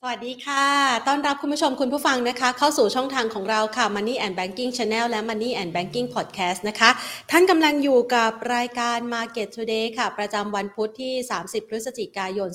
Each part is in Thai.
สวัสดีค่ะต้อนรับคุณผู้ชมคุณผู้ฟังนะคะเข้าสู่ช่องทางของเราค่ะ Money and Banking Channel และ Money and Banking Podcast นะคะท่านกำลังอยู่กับรายการ Market Today ค่ะประจำวันพุธที่30พฤศจิกายน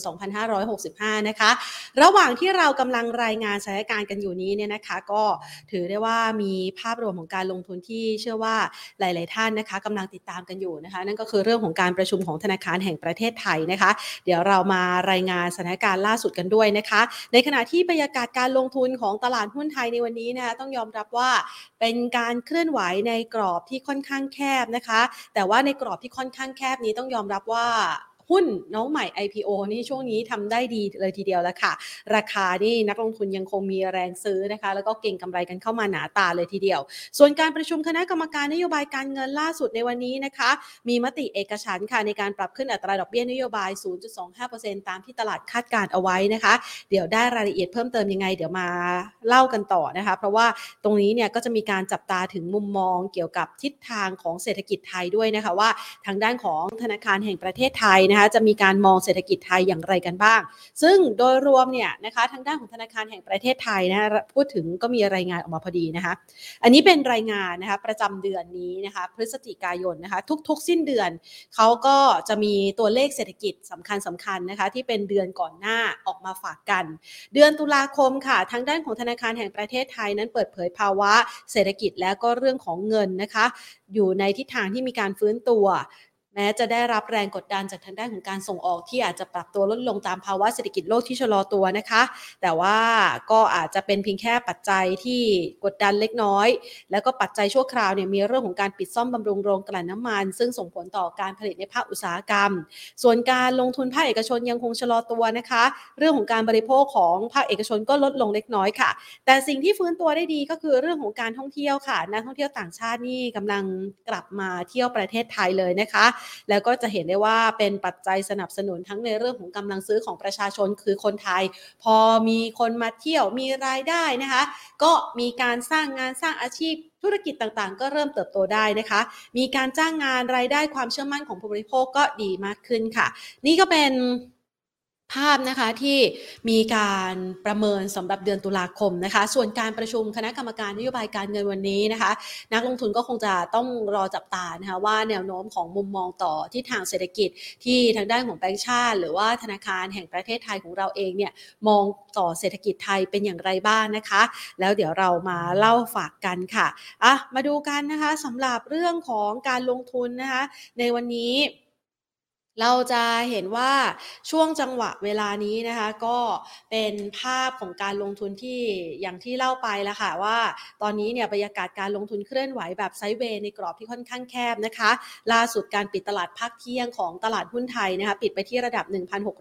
2565นะคะระหว่างที่เรากำลังรายงานสถานการณ์กันอยู่นี้เนี่ยนะคะก็ถือได้ว่ามีภาพรวมของการลงทุนที่เชื่อว่าหลายๆท่านนะคะกำลังติดตามกันอยู่นะคะนั่นก็คือเรื่องของการประชุมของธนาคารแห่งประเทศไทยนะคะเดี๋ยวเรามารายงานสถานการณ์ล่าสุดกันด้วยนะคะในขณะที่บรรยากาศการลงทุนของตลาดหุ้นไทยในวันนี้นะคะต้องยอมรับว่าเป็นการเคลื่อนไหวในกรอบที่ค่อนข้างแคบนะคะแต่ว่าในกรอบที่ค่อนข้างแคบนี้ต้องยอมรับว่าหุ้นน้องใหม่ IPO นี่ช่วงนี้ทำได้ดีเลยทีเดียวแล้วค่ะราคานี่นักลงทุนยังคงมีแรงซื้อนะคะแล้วก็เก็งกำไรกันเข้ามาหนาตาเลยทีเดียวส่วนการประชุมคณะกรรมการนโยบายการเงินล่าสุดในวันนี้นะคะมีมติเอกฉันท์ค่ะในการปรับขึ้นอัตราดอกเบี้ยนโยบาย 0.25% ตามที่ตลาดคาดการเอาไว้นะคะเดี๋ยวได้รายละเอียดเพิ่มเติมยังไงเดี๋ยวมาเล่ากันต่อนะคะเพราะว่าตรงนี้เนี่ยก็จะมีการจับตาถึงมุมมองเกี่ยวกับทิศทางของเศรษฐกิจไทยด้วยนะคะว่าทางด้านของธนาคารแห่งประเทศไทยนะคะจะมีการมองเศรษฐกิจไทยอย่างไรกันบ้างซึ่งโดยรวมเนี่ยนะคะทางด้านของธนาคารแห่งประเทศไทยนะพูดถึงก็มีรายงานออกมาพอดีนะคะอันนี้เป็นรายงานนะคะประจำเดือนนี้นะคะพฤศจิกายนนะคะทุกสิ้นเดือนเขาก็จะมีตัวเลขเศรษฐกิจสำคัญนะคะที่เป็นเดือนก่อนหน้าออกมาฝากกันเดือนตุลาคมค่ะทางด้านของธนาคารแห่งประเทศไทยนั้นเปิดเผยภาวะเศรษฐกิจและก็เรื่องของเงินนะคะอยู่ในทิศทางที่มีการฟื้นตัวแม้จะได้รับแรงกดดันจากทางด้านของการส่งออกที่อาจจะปรับตัวลดลงตามภาวะเศรษฐกิจโลกที่ชะลอตัวนะคะแต่ว่าก็อาจจะเป็นเพียงแค่ปัจจัยที่กดดันเล็กน้อยแล้วก็ปัจจัยชั่วคราวเนี่ยมีเรื่องของการปิดซ่อมบำรุงโรงกลั่นน้ำมันซึ่งส่งผลต่อการผลิตในภาคอุตสาหกรรมส่วนการลงทุนภาคเอกชนยังคงชะลอตัวนะคะเรื่องของการบริโภคของภาคเอกชนก็ลดลงเล็กน้อยค่ะแต่สิ่งที่ฟื้นตัวได้ดีก็คือเรื่องของการท่องเที่ยวค่ะนักท่องเที่ยวต่างชาตินี่กำลังกลับมาเที่ยวประเทศไทยเลยนะคะแล้วก็จะเห็นได้ว่าเป็นปัจจัยสนับสนุนทั้งในเรื่องของกำลังซื้อของประชาชนคือคนไทยพอมีคนมาเที่ยวมีรายได้นะคะก็มีการสร้างงานสร้างอาชีพธุรกิจต่างๆก็เริ่มเติบโตได้นะคะมีการจ้างงานรายได้ความเชื่อมั่นของผู้บริโภคก็ดีมากขึ้นค่ะนี่ก็เป็นภาพนะคะที่มีการประเมินสำหรับเดือนตุลาคมนะคะส่วนการประชุมคณะกรรมการนโยบายการเงินวันนี้นะคะนักลงทุนก็คงจะต้องรอจับตานะคะว่าแนวโน้มของมุมมองต่อที่ทางเศรษฐกิจที่ทางด้านของแบงก์ชาติหรือว่าธนาคารแห่งประเทศไทยของเราเองเนี่ยมองต่อเศรษฐกิจไทยเป็นอย่างไรบ้างนะคะแล้วเดี๋ยวเรามาเล่าฝากกันค่ะมาดูกันนะคะสำหรับเรื่องของการลงทุนนะคะในวันนี้เราจะเห็นว่าช่วงจังหวะเวลานี้นะคะก็เป็นภาพของการลงทุนที่อย่างที่เล่าไปแล้วค่ะว่าตอนนี้เนี่ยบรรยากาศการลงทุนเคลื่อนไหวแบบไซด์เวย์ในกรอบที่ค่อนข้างแคบนะคะล่าสุดการปิดตลาดภาคเที่ยงของตลาดหุ้นไทยนะคะปิดไปที่ระดับ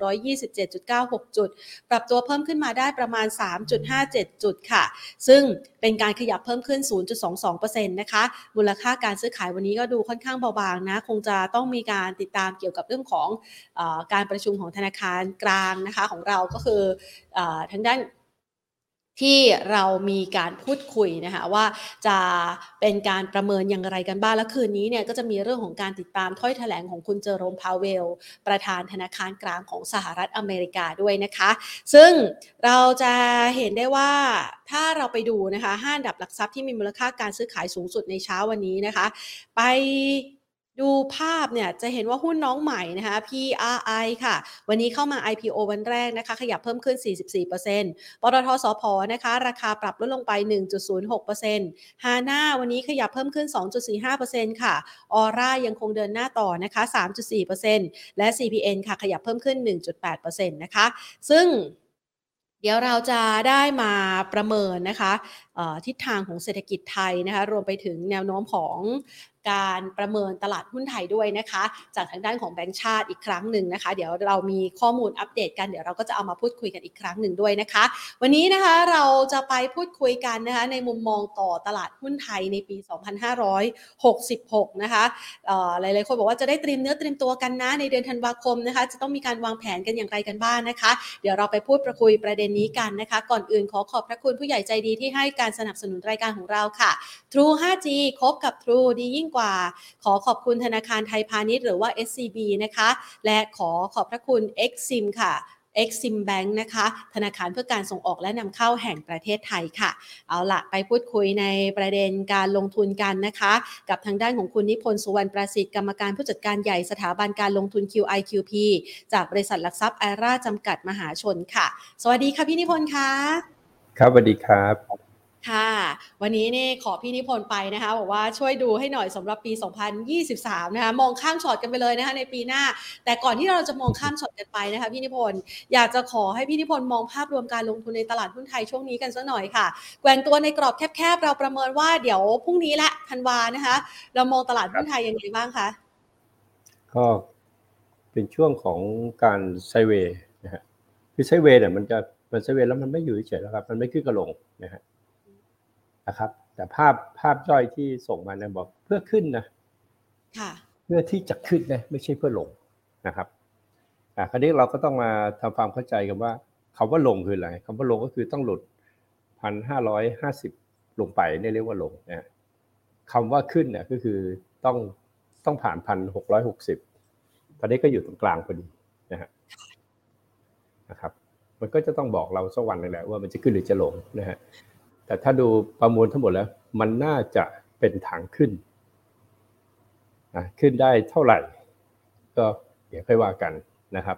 1,627.96 จุดปรับตัวเพิ่มขึ้นมาได้ประมาณ 3.57 จุดค่ะซึ่งเป็นการขยับเพิ่มขึ้น 0.22% นะคะมูลค่าการซื้อขายวันนี้ก็ดูค่อนข้างเบาบางนะคงจะต้องมีการติดตามเกี่ยวกับเรื่องของการประชุมของธนาคารกลางนะคะของเราก็คือทางด้านที่เรามีการพูดคุยนะคะว่าจะเป็นการประเมินอย่างไรกันบ้างและคืนนี้เนี่ยก็จะมีเรื่องของการติดตามถ้อยแถลงของคุณเจอโรมพาเวลประธานธนาคารกลางของสหรัฐอเมริกาด้วยนะคะซึ่งเราจะเห็นได้ว่าถ้าเราไปดูนะคะ5อันดับหลักทรัพย์ที่มีมูลค่าการซื้อขายสูงสุดในเช้าวันนี้นะคะไปดูภาพเนี่ยจะเห็นว่าหุ้นน้องใหม่นะคะ PRI ค่ะวันนี้เข้ามา IPO วันแรกนะคะขยับเพิ่มขึ้น 44%ปตท.สผ.นะคะราคาปรับลดลงไป 1.06% HANA วันนี้ขยับเพิ่มขึ้น 2.45% ค่ะออร่ายังคงเดินหน้าต่อนะคะ 3.4% และ CPN ค่ะขยับเพิ่มขึ้น 1.8% นะคะซึ่งเดี๋ยวเราจะได้มาประเมินนะคะทิศทางของเศรษฐกิจไทยนะคะรวมไปถึงแนวโน้มของการประเมินตลาดหุ้นไทยด้วยนะคะจากทางด้านของแบงก์ชาติอีกครั้งหนึ่งนะคะเดี๋ยวเรามีข้อมูลอัปเดตกันเดี๋ยวเราก็จะเอามาพูดคุยกันอีกครั้งหนึ่งด้วยนะคะวันนี้นะคะเราจะไปพูดคุยกันนะคะในมุมมองต่อตลาดหุ้นไทยในปี 2566 นะคะหลายๆคนบอกว่าจะได้เตรียมเนื้อเตรียมตัวกันนะในเดือนธันวาคมนะคะจะต้องมีการวางแผนกันอย่างไรกันบ้างนะคะเดี๋ยวเราไปพูดคุยประเด็นนี้กันนะคะก่อนอื่นขอบพระคุณผู้ใหญ่ใจดีที่ให้การสนับสนุนรายการของเราค่ะ True 5G คบกับ True ดียิ่งกว่าขอบคุณธนาคารไทยพาณิชย์หรือว่า SCB นะคะและขอบพระคุณ Exim ค่ะ Exim Bank นะคะธนาคารเพื่อการส่งออกและนำเข้าแห่งประเทศไทยค่ะเอาล่ะไปพูดคุยในประเด็นการลงทุนกันนะคะกับทางด้านของคุณนิพนธ์สุวรรณประสิทธิ์กรรมการผู้จัดการใหญ่สถาบันการลงทุน QIQP จากบริษัทหลักทรัพย์ไอร่าจำกัดมหาชนค่ะสวัสดีค่ะพี่นิพนธ์ค่ะครับสวัสดีครับค่ะวันนี้นี่ขอพี่นิพนธ์ไปนะคะบอกว่าช่วยดูให้หน่อยสำหรับปี2023นะคะมองข้ามช็อตกันไปเลยนะคะในปีหน้าแต่ก่อนที่เราจะมองข้ามช็อตกันไปนะคะพี่นิพนธ์อยากจะขอให้พี่นิพนธ์มองภาพรวมการลงทุนในตลาดหุ้นไทยช่วงนี้กันสักหน่อยค่ะแกว่งตัวในกรอบแคบๆเราประเมินว่าเดี๋ยวพรุ่งนี้ละธันวานะคะเรามองตลาดหุ้นไทยยังไงบ้างคะก็เป็นช่วงของการไซด์เวย์นะฮะคือไซด์เวย์เนี่ยมันไซด์เวย์แล้วมันไม่อยู่เฉยๆแล้วครับมันไม่ขึ้นกระลงนะครับแต่ภาพย่อยที่ส่งมาเนี่ยบอกเพื่อขึ้นนะค่ะเพื่อที่จะขึ้นนะไม่ใช่เพื่อลงนะครับคราวนี้เราก็ต้องมาทำความเข้าใจกันว่าคำว่าลงคืออะไรคำว่าลงก็คือต้องหลุด 1,550 ลงไปเนี่ยเรียกว่าลงนะคำว่าขึ้นเนี่ยก็คือต้องผ่าน 1,660 ตอนนี้ก็อยู่ตรงกลางพอดีนะครับมันก็จะต้องบอกเราสักวันนึงแหละว่ามันจะขึ้นหรือจะลงนะฮะแต่ถ้าดูประมวลทั้งหมดแล้วมันน่าจะเป็นทางขึ้นขึ้นได้เท่าไหร่ก็เดี๋ยวค่อยว่ากันนะครับ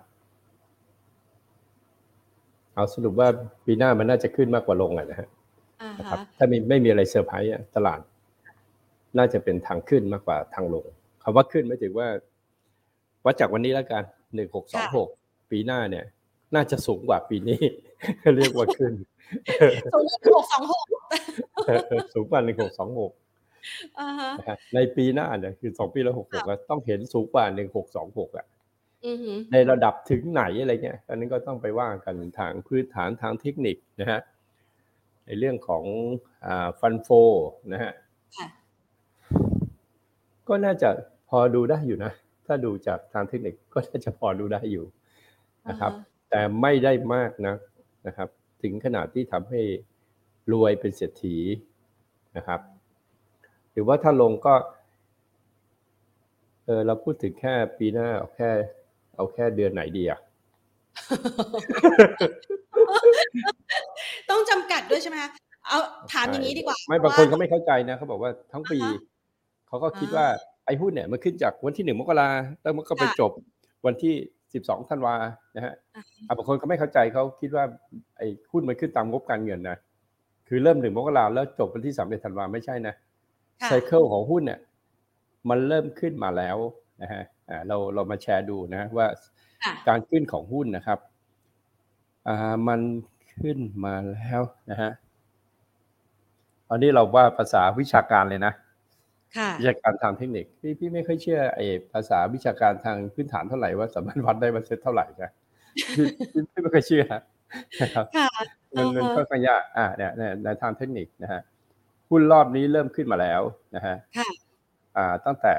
เอาสรุปว่าปีหน้ามันน่าจะขึ้นมากกว่าลงนะครับถ้าไม่มีอะไรเซอร์ไพรส์ตลาดน่าจะเป็นทางขึ้นมากกว่าทางลงคำว่าขึ้นหมายถึงว่าวัดจากวันนี้แล้วกัน1626ปีหน้าเนี่ยน่าจะสูงกว่าปีนี้เรียกว่าขึ้นสูงกว่า1626 สูงกว่า1626ในปีหน้าเนี่ยคือ2ปีแล้ว66ก็ต้องเห็นสูงกว่า1626อ่ะในระดับถึงไหนอะไรเงี้ยอันนั้นก็ต้องไปว่ากันทางพื้นฐานทางเทคนิคนะฮะในเรื่องของฟันโฟนะฮะก็น่าจะพอดูได้อยู่นะถ้าดูจากทางเทคนิคก็น่าจะพอดูได้อยู่นะครับแต่ไม่ได้มากนะครับถึงขนาดที่ทำให้รวยเป็นเศรษฐีนะครับหรือว่าถ้าลงก็เราพูดถึงแค่ปีหน้าเอาแค่เดือนไหนดีอ่ะต้องจำกัดด้วยใช่ไหมคะเอาถามอย่างนี้ดีกว่าไม่บางคนเขาไม่เข้าใจนะเขาบอกว่าทั้งปีเขาก็คิดว่าไอ้หุ้นเนี่ยมันขึ้นจากวันที่1 มกราแล้วมันก็ไปจบวันที่12 ธันวานะฮะบางคนเขาไม่เข้าใจเขาคิดว่าไอ้หุ้นมันขึ้นตามงบการเงินนะคือเริ่ม1 มกราแล้วจบวันที่31 ธันวาไม่ใช่นะไซเคิลของหุ้นเนี่ยมันเริ่มขึ้นมาแล้วนะฮะเรามาแชร์ดูนะว่าการขึ้นของหุ้นนะครับมันขึ้นมาแล้วนะฮะอันนี้เราว่าภาษาวิชาการเลยนะวิชาการทางเทคนิคพี่ไม่ค่อยเชื่อไอ้ภาษาวิชาการทางพื้นฐานเท่าไหร่ว่าสามารถวัดได้ว่าเซ็ตเท่าไหร่นะพี่ไม่ค่อยเชื่อนะครับมันค่อนข้างยากเนี่ยในทางเทคนิคนะฮะหุ้นรอบนี้เริ่มขึ้นมาแล้วนะฮะตั้งแต่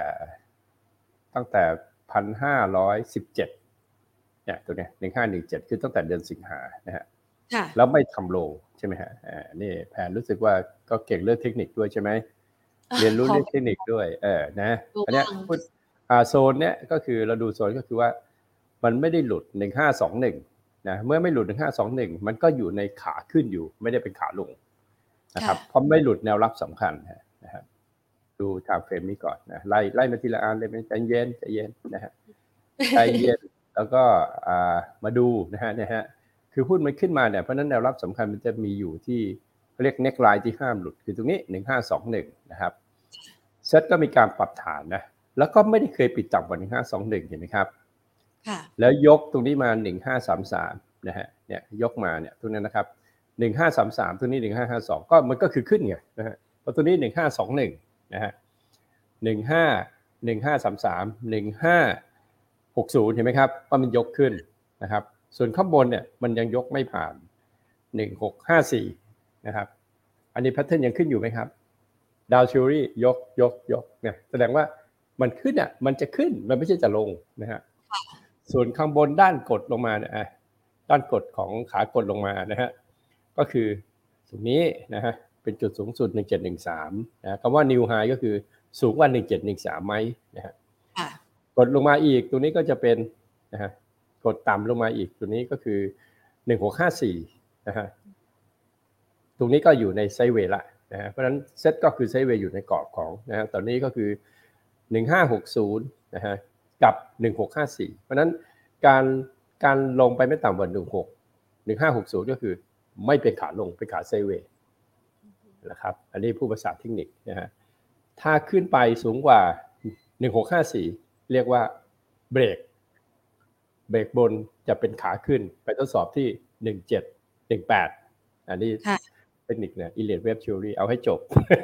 1,517 เนี่ยตัวเนี้ย1517คือตั้งแต่เดือนสิงหานะฮะแล้วไม่ทำโลใช่ไหมฮะนี่แผนรู้สึกว่าก็เก่งเรื่องเทคนิคด้วยใช่ไหมเรียนรู้เรื่องเทคนิคด้วยนะอันเนี้ยพูดโซนเนี้ยก็คือเราดูโซนก็คือว่ามันไม่ได้หลุด1521นะเมื่อไม่หลุด1521มันก็อยู่ในขาขึ้นอยู่ไม่ได้เป็นขาลงนะครับเพราะไม่หลุดแนวรับสำคัญนะครับดูไทม์เฟรมนี้ก่อนนะไล่มาทีละอันเลยใจเย็นนะฮะใจเย็นแล้วก็มาดูนะฮะคือหุ้นมันขึ้นมาเนี่ยเพราะนั้นแนวรับสำคัญมันจะมีอยู่ที่เรียก neck line ที่ห้ามหลุดคือตรงนี้1521นะครับเซ็ตก็มีการปรับฐานนะแล้วก็ไม่ได้เคยปิดต่ำกว่า1521เห็นไหมครับแล้วยกตรงนี้มา1533นะฮะเนี่ยยกมาเนี่ยตรงนั้นนะครับ1533ตรงนี้1552ก็มันก็คือขึ้นไงนะฮะเพราะตัวนี้1521นะฮะ1533 1560เห็นไหมครับว่ามันยกขึ้นนะครับส่วนข้างบนเนี่ยมันยังยกไม่ผ่าน1654นะครับอันนี้แพทเทิร์นยังขึ้นอยู่ไหมครับดาวชิลลี่ยกเนี่ยแสดงว่ามันขึ้นอ่ะมันจะขึ้นมันไม่ใช่จะลงนะฮะส่วนข้างบนด้านกดลงมาเนี่ยด้านกดของขากดลงมานะฮะก็คือตรงนี้นะฮะเป็นจุดสูงสุด1713นะคำว่า new high ก็คือสูงกว่า1713ไหมนะฮะกดลงมาอีกตรงนี้ก็จะเป็นนะฮะกดต่ำลงมาอีกตัวนี้ก็คือ1654นะฮะตรงนี้ก็อยู่ในไซด์เวย์ละนะฮะเพราะฉะนั้นเซตก็คือไซด์เวย์อยู่ในกรอบของนะฮะตอนนี้ก็คือ1560นะฮะกับ1654เพราะฉะนั้นการลงไปไม่ต่ำกว่า1560ก็คือไม่เป็นขาลงเป็นขาไซด์เวย์นะครับอันนี้ผู้ภาษาเทคนิคนะฮะถ้าขึ้นไปสูงกว่า1654เรียกว่าเบรกบนจะเป็นขาขึ้นไปทดสอบที่1718อันนี้เทคนิคเนี่ย Elliott Wave Theory เอาให้จบ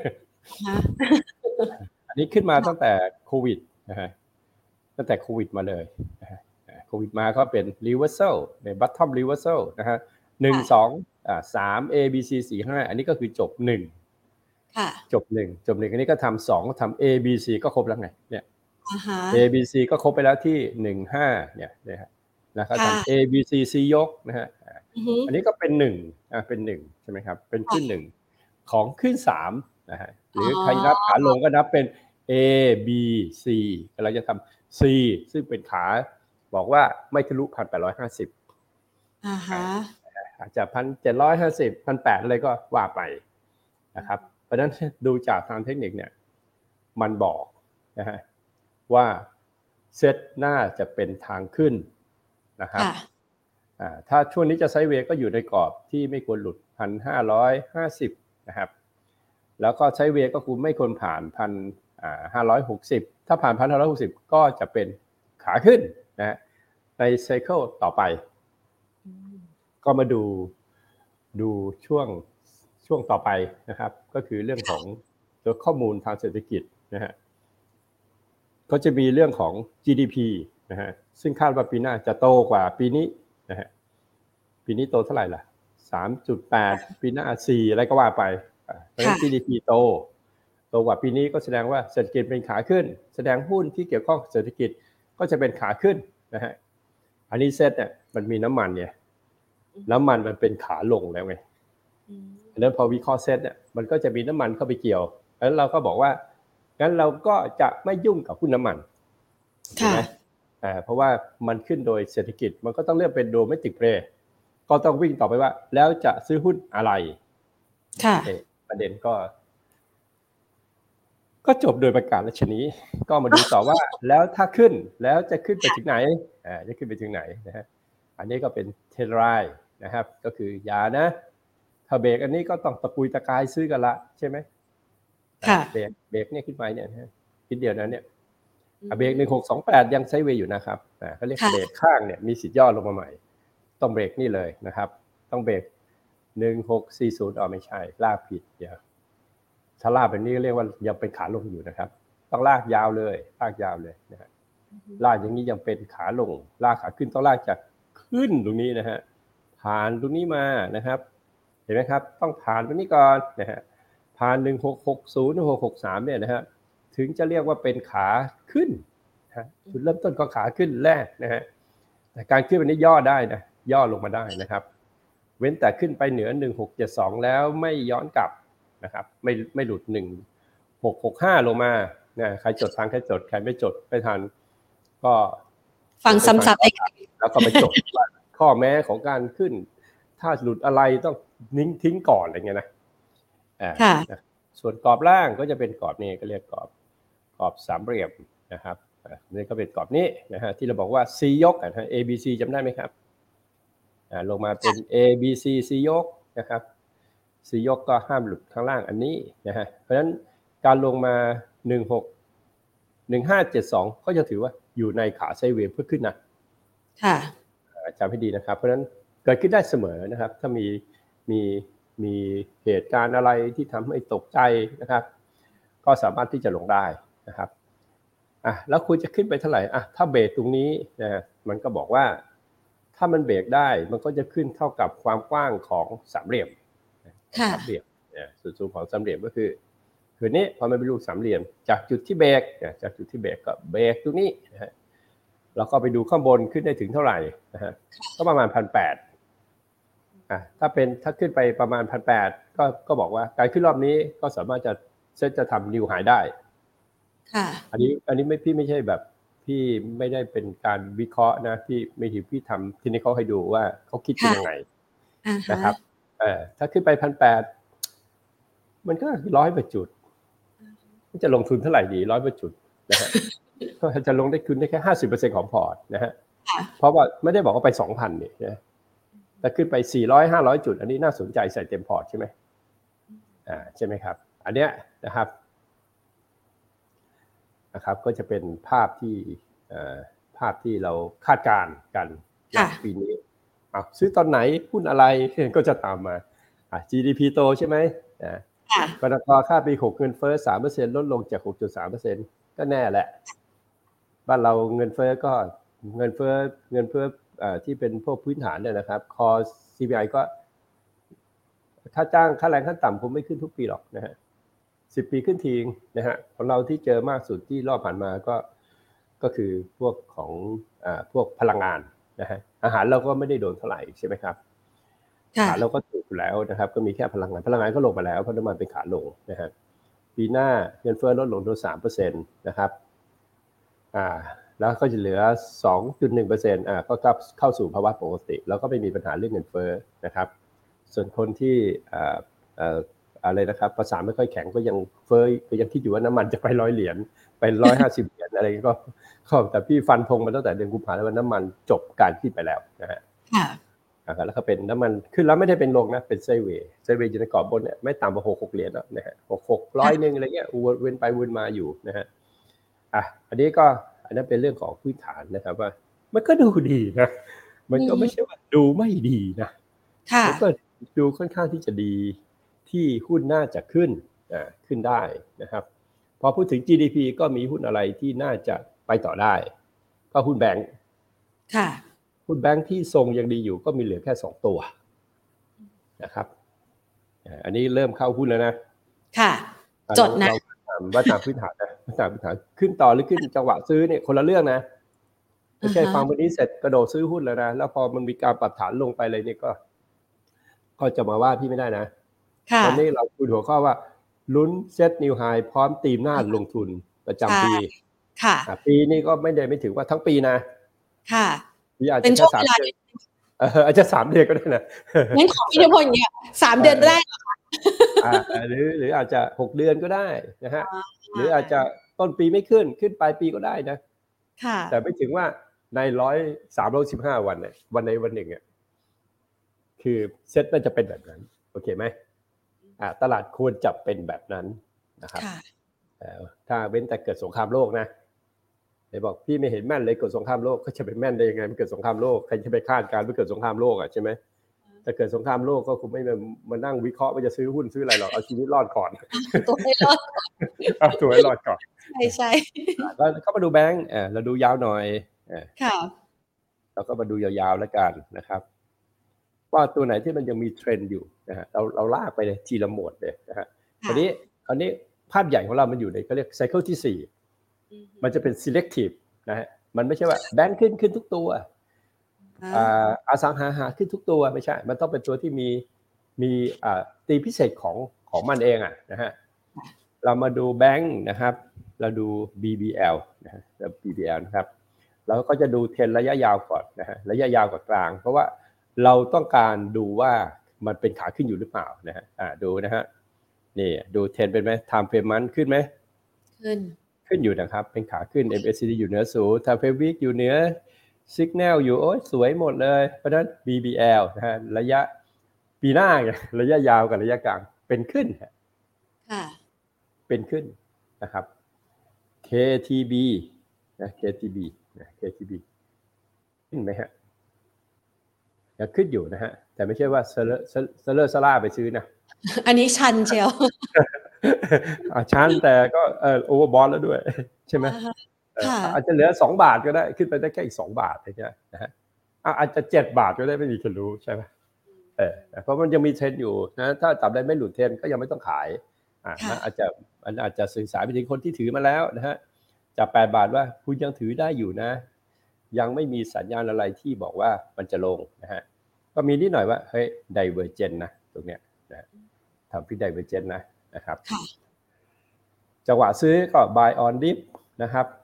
อันนี้ขึ้นมาตั้งแต่โควิดนะฮะตั้งแต่โควิดมาเลยนะฮะโควิดมาก็เป็น reversal ใน bottom reversal นะฮะ1 2 3 A B C 4 5อันนี้ก็คือจบ1ค่ะจบ1อันนี้ก็ทำ2ก็ทำ A B C ก็ครบแล้วไงเนี่ยA B C ก็ครบไปแล้วที่15เนี่ยนะฮะนะครับทำ A B C C ยกนะฮะอันนี้ก็เป็น1เป็น1ใช่ไหมครับเป็นขึ้น1ของขึ้น3นะฮะหรือใครนับขาลงก็นับเป็น A B C เราจะทำ C ซึ่งเป็นขาบอกว่าไม่ทะลุ 1,850อาจจะ 1,750 1,800 อะไรก็ว่าไปนะครับเพราะฉะนั้นดูจากทางเทคนิคเนี่ยมันบอกนะฮะว่าเซตน่าจะเป็นทางขึ้นนะครับถ้าช่วงนี้จะไซด์เวย์ก็อยู่ในกรอบที่ไม่ควรหลุด 1,550 นะครับแล้วก็ไซด์เวย์ก็คือไม่ควรผ่าน 1,560 ถ้าผ่าน 1,560 ก็จะเป็นขาขึ้นนะในไซเคิลต่อไปก็มาดูช่วงต่อไปนะครับก็คือเรื่องของตัวข้อมูลทางเศรษฐกิจนะฮะก็จะมีเรื่องของ GDP นะฮะซึ่งคาดว่าปีหน้าจะโตกว่าปีนี้นะฮะปีนี้โตเท่าไหร่ล่ะ 3.8 ปีหน้า4อะไรก็ว่าไปเพราะฉะนั้น GDP โตกว่าปีนี้ก็แสดงว่าเศรษฐกิจเป็นขาขึ้นแสดงหุ้นที่เกี่ยวข้องกับเศรษฐกิจก็จะเป็นขาขึ้นนะฮะอันนี้เซ็ตเนี่ยมันมีน้ำมันเนี่ยน้ำมันมันเป็นขาลงแล้วไงแล้วพอวิเคราะห์เซ็ตเนี่ยมันก็จะมีน้ำมันเข้าไปเกี่ยวแล้วเราก็บอกว่างั้นเราก็จะไม่ยุ่งกับหุ้นน้ำมันใช่ไหมเพราะว่ามันขึ้นโดยเศรษฐกิจมันก็ต้องเลือกเป็นโดเมสติกเพลย์ก็ต้องวิ่งต่อไปว่าแล้วจะซื้อหุ้นอะไรประเด็นก็จบโดยประกาศราชนีก็มาดูต่อว่าแล้วถ้าขึ้นแล้วจะขึ้นไปถึงไหนจะขึ้นไปถึงไหนนะฮะอันนี้ก็เป็นเทรนไรนะครับก็คืออย่านะถ้าเบรกอันนี้ก็ต้องตะปุยตะกายซื้อกันละใช่ไหมเบรกเนี่ยขึ้นไปเนี่ยคิดเดียวนั้นเนี่ยเบรก1628ยังไซด์เวย์อยู่นะครับเขาเรียกเบรกข้างเนี่ยมีสิทธิ์ย่อลงมาใหม่ต้องเบรกนี่เลยนะครับต้องเบรก1640ไม่ใช่ลากผิดอย่าถ้าลากแบบนี้ก็เรียกว่ายังเป็นขาลงอยู่นะครับต้องลากยาวเลยนะฮะลากอย่างนี้ยังเป็นขาลงลากขาขึ้นต้องลากจากขึ้นตรงนี้นะฮะผ่านตรงนี้มานะครับเห็นไหมครับต้องผ่านตรงนี้ก่อนนะฮะผ่าน1660 1663เนี่ยนะฮะถึงจะเรียกว่าเป็นขาขึ้นจุดเริ่มต้นก็ขาขึ้นแรกนะฮะแต่การขึ้นวันนี้ย่อได้นะย่อลงมาได้นะครับเว้นแต่ขึ้นไปเหนือ1672แล้วไม่ย้อนกลับนะครับไม่หลุด1665ลงมานะใครจดทันใครจดใครไม่จดไม่ทันก็ฟังซ้ำๆได้แล้วก็ไปจดว่าข้อแม้ของการขึ้นถ้าหลุดอะไรต้องทิ้งก่อนอะไรเงี้ยนะส่วนกรอบล่างก็จะเป็นกรอบนี้ก็เรียกกรอบสามเหลี่ยมนะครับนี่ก็เป็นกรอบนี้นะฮะที่เราบอกว่า C ยกนะฮะ A B C จำได้ไหมครับลงมาเป็น A B C C ยกนะครับ C ยกก็ห้ามหลุดข้างล่างอันนี้นะฮะเพราะฉะนั้นการลงมา1572ก็จะถือว่าอยู่ในขาไซด์เวย์เพื่อขึ้นนะค่ะจำให้ดีนะครับเพราะฉะนั้นเกิดขึ้นได้เสมอนะครับถ้ามีเหตุการณ์อะไรที่ทำให้ตกใจนะครับก็สามารถที่จะลงได้นะครับแล้วคุณจะขึ้นไปเท่าไหร่ถ้าเบรกตรงนี้นะมันก็บอกว่าถ้ามันเบรกได้มันก็จะขึ้นเท่ากับความกว้างของสามเหลี่ยมสามเหลี่ยมส่วนสูงของสามเหลี่ยมก็คือนี้พอมันเป็นรูปสามเหลี่ยมจากจุดที่เบรกก็เบรกตรงนี้นะฮะแล้วก็ไปดูข้างบนขึ้นได้ถึงเท่าไหร่นะฮะก็ประมาณ 1,800 ถ้าขึ้นไปประมาณ 1,800 ก็บอกว่าการขึ้นรอบนี้ก็สามารถจะทำนิวไฮได้ค่ะอันนี้พี่ไม่ใช่แบบพี่ไม่ได้เป็นการวิเคราะห์นะพี่ทำที่นี่เขาให้ดูว่าเขาคิดเป็นยังไงนะครับถ้าขึ้นไป 1,800 มันก็100 กว่าจุดจะลงทุนเท่าไหร่ดี100 กว่าจุดนะฮะก็จะลงได้คืนได้แค่ 50% ของพอร์ตนะฮะเพราะว่าไม่ได้บอกว่าไป 2,000 นี่นะแต่ขึ้นไป400-500 จุดอันนี้น่าสนใจใส่เต็มพอร์ตใช่ไหมใช่ไหมครับอันเนี้ยนะครับก็จะเป็นภาพที่เราคาดการณ์กันปีนี้ซื้อตอนไหนหุ้นอะไรก็จะตามมาGDP โตใช่ไหมปตท.ค่าปี6เงินเฟ้อ 3% ลดลงจาก 6.3% ก็แน่แหละบ้านเราเงินเฟ้อก็เงินเฟ้อที่เป็นพวกพื้นฐานเนี่ยนะครับคอ CPI ก็ค่าจ้างค่าแรงขั้นต่ำคงไม่ขึ้นทุกปีหรอกนะฮะ10 ปีขึ้นทีนะฮะของเราที่เจอมากสุดที่รอบผ่านมาก็คือพวกของพวกพลังงานนะฮะอาหารเราก็ไม่ได้โดนเท่าไหร่ใช่ไหมครับอาหารเราก็ถูกอยู่แล้วนะครับก็มีแค่พลังงานก็ลงมาแล้วเพราะน้ำมันเป็นขาลงนะฮะปีหน้าเงินเฟ้อลดลงถึง 3% นะครับแล้วก็จะเหลือ 2.1% ก็เข้าสู่ภาวะปกติแล้วก็ไม่มีปัญหาเรื่องเงินเฟ้อนะครับส่วนคนที่อะไรนะครับภาษาไม่ค่อยแข็งก็ยังเฟ้อก็ยังคิดอยู่ว่าน้ำมันจะไป$100ไป$150อะไรก็แต่พี่ฟันธงมาตั้งแต่เดือนกุมภาพันธ์แล้วว่าน้ำมันจบการขึ้นไปแล้วนะฮะแล้วก็เป็นน้ำมันขึ้นแล้วไม่ได้เป็นลงนะเป็นไซด์เวย์อยู่ในกรอบบนเนี่ยไม่ต่ำกว่า$6แล้วนะฮะ600นึงอะไรเงี้ยเว้นไปวนมาอยู่นะฮะอันนั้นเป็นเรื่องของพื้นฐานนะครับว่ามันก็ดูดีนะมันก็ไม่ใช่ว่าดูไม่ดีนะมันก็ดูค่อนข้างที่จะดีที่หุ้นน่าจะขึ้นได้นะครับพอพูดถึง GDP ก็มีหุ้นอะไรที่น่าจะไปต่อได้ก็หุ้นแบงค์หุ้นแบงค์ที่ทรงยังดีอยู่ก็มีเหลือแค่2ตัวนะครับอันนี้เริ่มเข้าหุ้นแล้วนะจดนะว่าตามพื้นฐานนะตามพื้นฐานขึ้นต่อหรือขึ้นจังหวะซื้อเนี่ยคนละเรื่องนะไม่ใช่ฟังวันนี้เสร็จกระโดดซื้อหุ้นแล้วนะแล้วพอมันมีการปรับฐานลงไปเลยเนี่ยก็จะมาว่าพี่ไม่ได้นะตอนนี้เราคุยหัวข้อว่าลุ้นเซตนิวไฮพร้อมตีมหน้าลงทุนประจำปีปีนี้ก็ไม่ถึงว่าทั้งปีนะอาจจะแค่3 เดือนอาจจะ3 เดือนก็ได้นะงั้นของพี่นพลเนี่ย3 เดือนแรกเหรอคะหรืออาจจะ6 เดือนก็ได้นะฮะหรืออาจจะต้นปีไม่ขึ้นปลายปีก็ได้นะแต่ไม่ถึงว่าใน315 วันเนี่ยวันใดวันหนึ่งคือเซตน่าจะเป็นแบบนั้นโอเคไหมตลาดควรจะเป็นแบบนั้นนะครับถ้าเว้นแต่เกิดสงครามโลกนะไหนบอกพี่ไม่เห็นแม่นเลยเกิดสงครามโลกก็จะเป็นแม่นได้ยังไงมันเกิดสงครามโลกใครจะไปคาดการณ์ว่าเกิดสงครามโลกใช่ไหมถ้าเกิดสงครามโลกก็คงไม่มานั่งวิเคราะห์ว่าจะซื้อหุ้นซื้ออะไรหรอกเอาชีวิตรอดก่อนตัวให้รอดตัวให้รอดก่อนใช่ก็มาดูแบงค์เราดูยาวหน่อยเราก็มาดูยาวๆแล้วกันนะครับว่าตัวไหนที่มันยังมีเทรนด์อยู่นะฮะเราลากไปเลยทีละหมวดเลยนะฮะคราวนี้ภาพใหญ่ของเรามันอยู่ในเขาเรียกไซเคิลที่4มันจะเป็น selective นะฮะมันไม่ใช่ว่าแบงค์ขึ้นทุกตัวอสังหาขึ้นทุกตัวไม่ใช่มันต้องเป็นตัวที่มีตีพิเศษของมันเองนะฮะเรามาดูแบงค์นะครับเราดู BBL นะฮะ BBL นะครับเราก็จะดูเทรนด์ระยะยาวก่อนนะฮะระยะยาวกับกลางเพราะว่าเราต้องการดูว่ามันเป็นขาขึ้นอยู่หรือเปล่านะฮะดูนะฮะนี่ดูเทรนด์เป็นไหม time frame มันขึ้นไหมขึ้นอยู่นะครับเป็นขาขึ้น MACD อยู่เหนือศูนย์ time frame week อยู่เหนือ signal อยู่โอ้ยสวยหมดเลยเพราะฉะนั้น BBL นะฮะระยะปีหน้าระยะยาวกับระยะกลางเป็นขึ้นเป็นขึ้นนะครับ KTB นะ KTB ขึ้นไหมฮะยังขึ้นอยู่นะฮะแต่ไม่ใช่ว่าเซเลอร์ซาร่าไปซื้อนะอันนี้ชันเชียวชันแต่ก็โอเวอร์บอทแล้วด้วยใช่ไหมอาจจะเหลือ2 บาทก็ได้ขึ้นไปได้แค่อีก2 บาทใช่ไหมนะฮะอาจจะ7 บาทก็ได้ไม่มีใครรู้ใช่ไหมเพราะมันยังมีเทรนด์อยู่นะถ้าตราบใดไม่หลุดเทรนด์ก็ยังไม่ต้องขายอาจจะสื่อสารไปถึงคนที่ถือมาแล้วนะฮะจาก8 บาทว่าคุณยังถือได้อยู่นะยังไม่มีสัญญาณอะไรที่บอกว่ามันจะลงนะฮะก็มีนิดหน่อยว่าเฮ้ย divergent นะตรงเนี้ยนะทำที่ divergent นะครับจังหวะซื้อก็ buy on dip นะครับ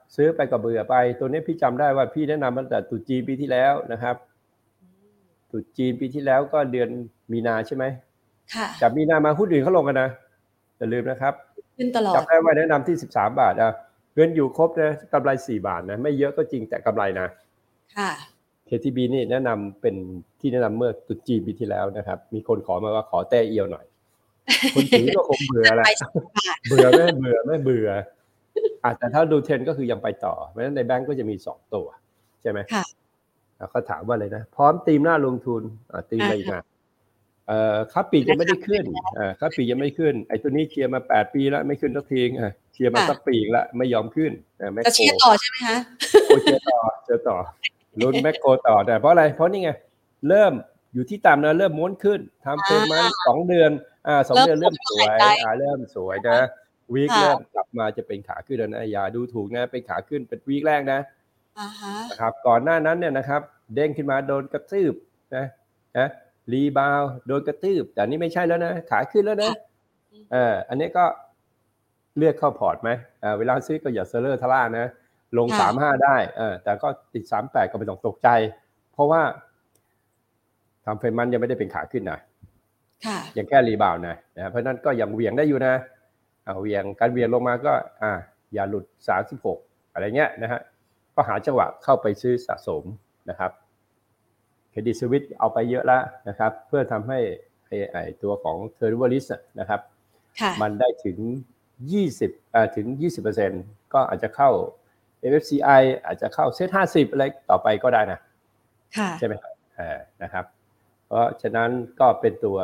ซื้อไปก็เบื่อไปตัวนี้พี่จำได้ว่าพี่แนะนำตั้งแต่ตรุษจีนปีที่แล้วนะครับตรุษจีนปีที่แล้วก็เดือนมีนาใช่ไหมค่ะจากมีนามาหุ้นอื่นเขาลงกันนะอย่าลืมนะครับขึ้นตลอดจำได้ว่าแนะนำที่13 บาทเงินอยู่ครบนะกำไร4 บาทนะไม่เยอะก็จริงแต่กำไรนะค่ะ KTB นี่แนะนำเป็นที่แนะนำเมื่อตรุษจีนปีที่แล้วนะครับมีคนขอมาว่าขอแต้เอียวหน่อยคนถือก็คงเบื่อแหละเบื่อไม่เบื่อแต่ถ้าดูเทรนก็คือยังไปต่อเพราะฉะนั้นในแบงก์ก็จะมี2ตัวใช่ไหมค่ะเขาถามว่าอะไรนะพร้อมตีมหน้าลงทุนตีมอะไรอีกค่าปียังไม่ได้ขึ้นค่าปียังไม่ขึ้นไอ้ตัวนี้เคลียร์มา8 ปีแล้วไม่ขึ้นสักทีเคลียร์มาสักปีแล้วไม่ยอมขึ้นจะเชียร์ต่อใช่ไหมคะเชียร์ต่อลุ้นแมคโครต่อแต่เพราะอะไรเพราะนี่ไงเริ่มอยู่ที่ต่ำนะเริ่มม้วนขึ้นทำเป็นมา2 เดือน2 เดือนเริ่มสวยเริ่มสวยนะวีคเริ่มกลับมาจะเป็นขาขึ้นแล้วนะอย่าดูถูกนะเป็นขาขึ้นเป็นวีคแรกนะครับก่อนหน้านั้นเนี่ยนะครับเด้งขึ้นมาโดนกระทืบนะรีบาวโดนกระทืบแต่นี่ไม่ใช่แล้วนะขาขึ้นแล้วนะอันนี้ก็เลือกเข้าพอร์ตไหมเวลาซื้อก็อย่าเซเลอร์ทะล่านะลง35ได้แต่ก็ติด38ก็ไม่ต้องตกใจเพราะว่าทำเฟรมมันยังไม่ได้เป็นขาขึ้นนะยังแค่รีบาวนะเพราะนั้นก็ยังเหวี่ยงได้อยู่นะเหวี่ยงการเหวี่ยงลงมาก็อย่าหลุด36อะไรเงี้ยนะฮะก็หาจังหวะเข้าไปซื้อสะสมนะครับเครดิตสวิสเอาไปเยอะแล้วนะครับเพื่อทำให้ไอ้ตัวของเทอร์เวอร์ลิสนะครับมันได้ถึง20ถึง 20% ก็อาจจะเข้า MSCI อาจจะเข้าเซ็ต50อะไรต่อไปก็ได้นะใช่ไหมครับนะครับเพราะฉะนั้นก็เป็นตัว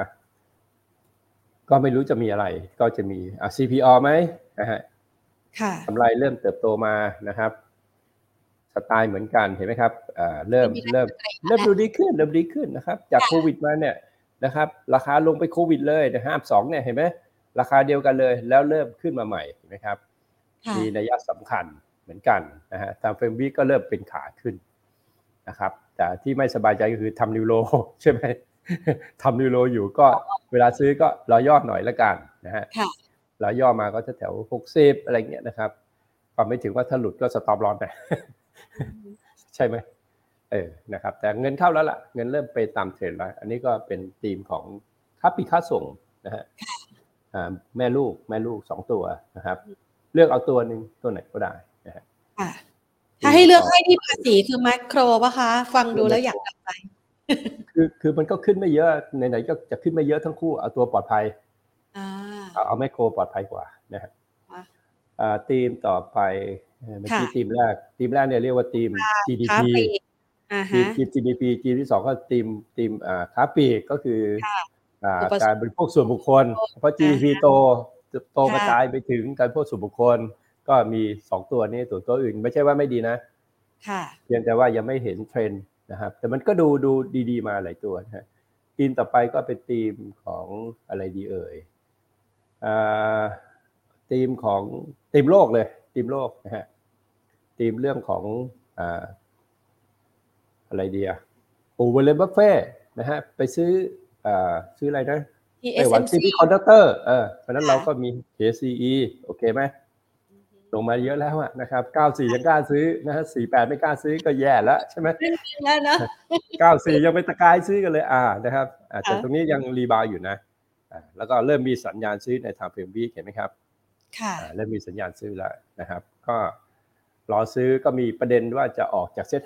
ก็ไม่รู้จะมีอะไรก็จะมีCPO ไหมนะฮะกำไรเริ่มเติบโตมานะครับสไตล์เหมือนกันเห็นไหมครับเริ่มดูดีขึ้นนะครับจากโควิดมาเนี่ยนะครับราคาลงไปโควิดเลยนะ52เนี่ยเห็นไหมราคาเดียวกันเลยแล้วเริ่มขึ้นมาใหม่เห็นไหมครับมีนัยสำคัญเหมือนกันนะฮะตามเฟรมวิก็เริ่มเป็นขาขึ้นนะครับแต่ที่ไม่สบายใจก็คือทำนิวโลใช่ไหมทำนิวโลอยู่ก็เวลาซื้อก็รอย่อหน่อยละกันนะฮะรอย่อมาก็จะแถว60อะไรเงี้ยนะครับก็ไม่ถึงว่าถ้าหลุดก็สต็อปลอสนะใช่ไหมนะครับแต่เงินเข้าแล้วล่ะเงินเริ่มไปตามเทรนด์แล้วอันนี้ก็เป็นธีมของค้าปลีกค้าส่งนะฮะแม่ลูก2ตัวนะครับเลือกเอาตัวนึงตัวไหนก็ได้นะฮะถ้าให้เลือกให้ที่ภาษีคือแมคโครป่ะคะฟังดูแล้วอยากกลับไปคือมันก็ขึ้นไม่เยอะไหนๆก็จะขึ้นไม่เยอะทั้งคู่เอาตัวปลอดภัยเอาแมคโครปลอดภัยกว่านะฮะธีมต่อไปเมื่อกี้ธีมแรกเนี่ยเรียกว่าธีม GDP ทีม GDP ทีมที่2ก็ธีมค้าปลีกก็คือการบริโภคส่วนบุคคลเพราะ GDP โตกระจายไปถึงการบริโภคส่วนบุคคลก็มี2ตัวนี้ตัวอื่นไม่ใช่ว่าไม่ดีนะเพียงแต่ว่ายังไม่เห็นเทรนด์นะครับแต่มันก็ดูดีๆมาหลายตัวนะฮะธีมต่อไปก็เป็นธีมของอะไรดีธีมของธีมโลกเลยธีมโลกนะฮะธีมเรื่องของอะไรดีวอร์เรน บัฟเฟ่ต์นะฮะไปซื้ออะไรนะไต้หวันซีพีคอนดักเตอร์เพราะนั้นเราก็มี KCE โอเคไหมลงมาเยอะแล้วนะครับ94ยังกล้าซื้อนะฮะ48ไม่กล้าซื้อก็แย่แล้วใช่ไหมแล้วนะ 94ยังไปตะกายซื้อกันเลยนะครับแต่ตรงนี้ยังรีบาวอยู่นะแล้วก็เริ่มมีสัญญาณซื้อในทางเฟรมวีเห็นไหมครับเริ่มมีสัญญาณซื้อแล้วนะครับก็รอซื้อก็มีประเด็นว่าจะออกจากเซ็ต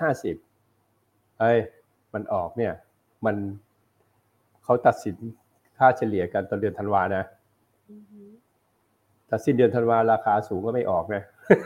50มันออกเนี่ยมันเขาตัดสินค่าเฉลี่ยกันตอนเดือนธันวานะถ้าสิ้นเดือนธันวาราคาสูงก็ไม่ออกนะ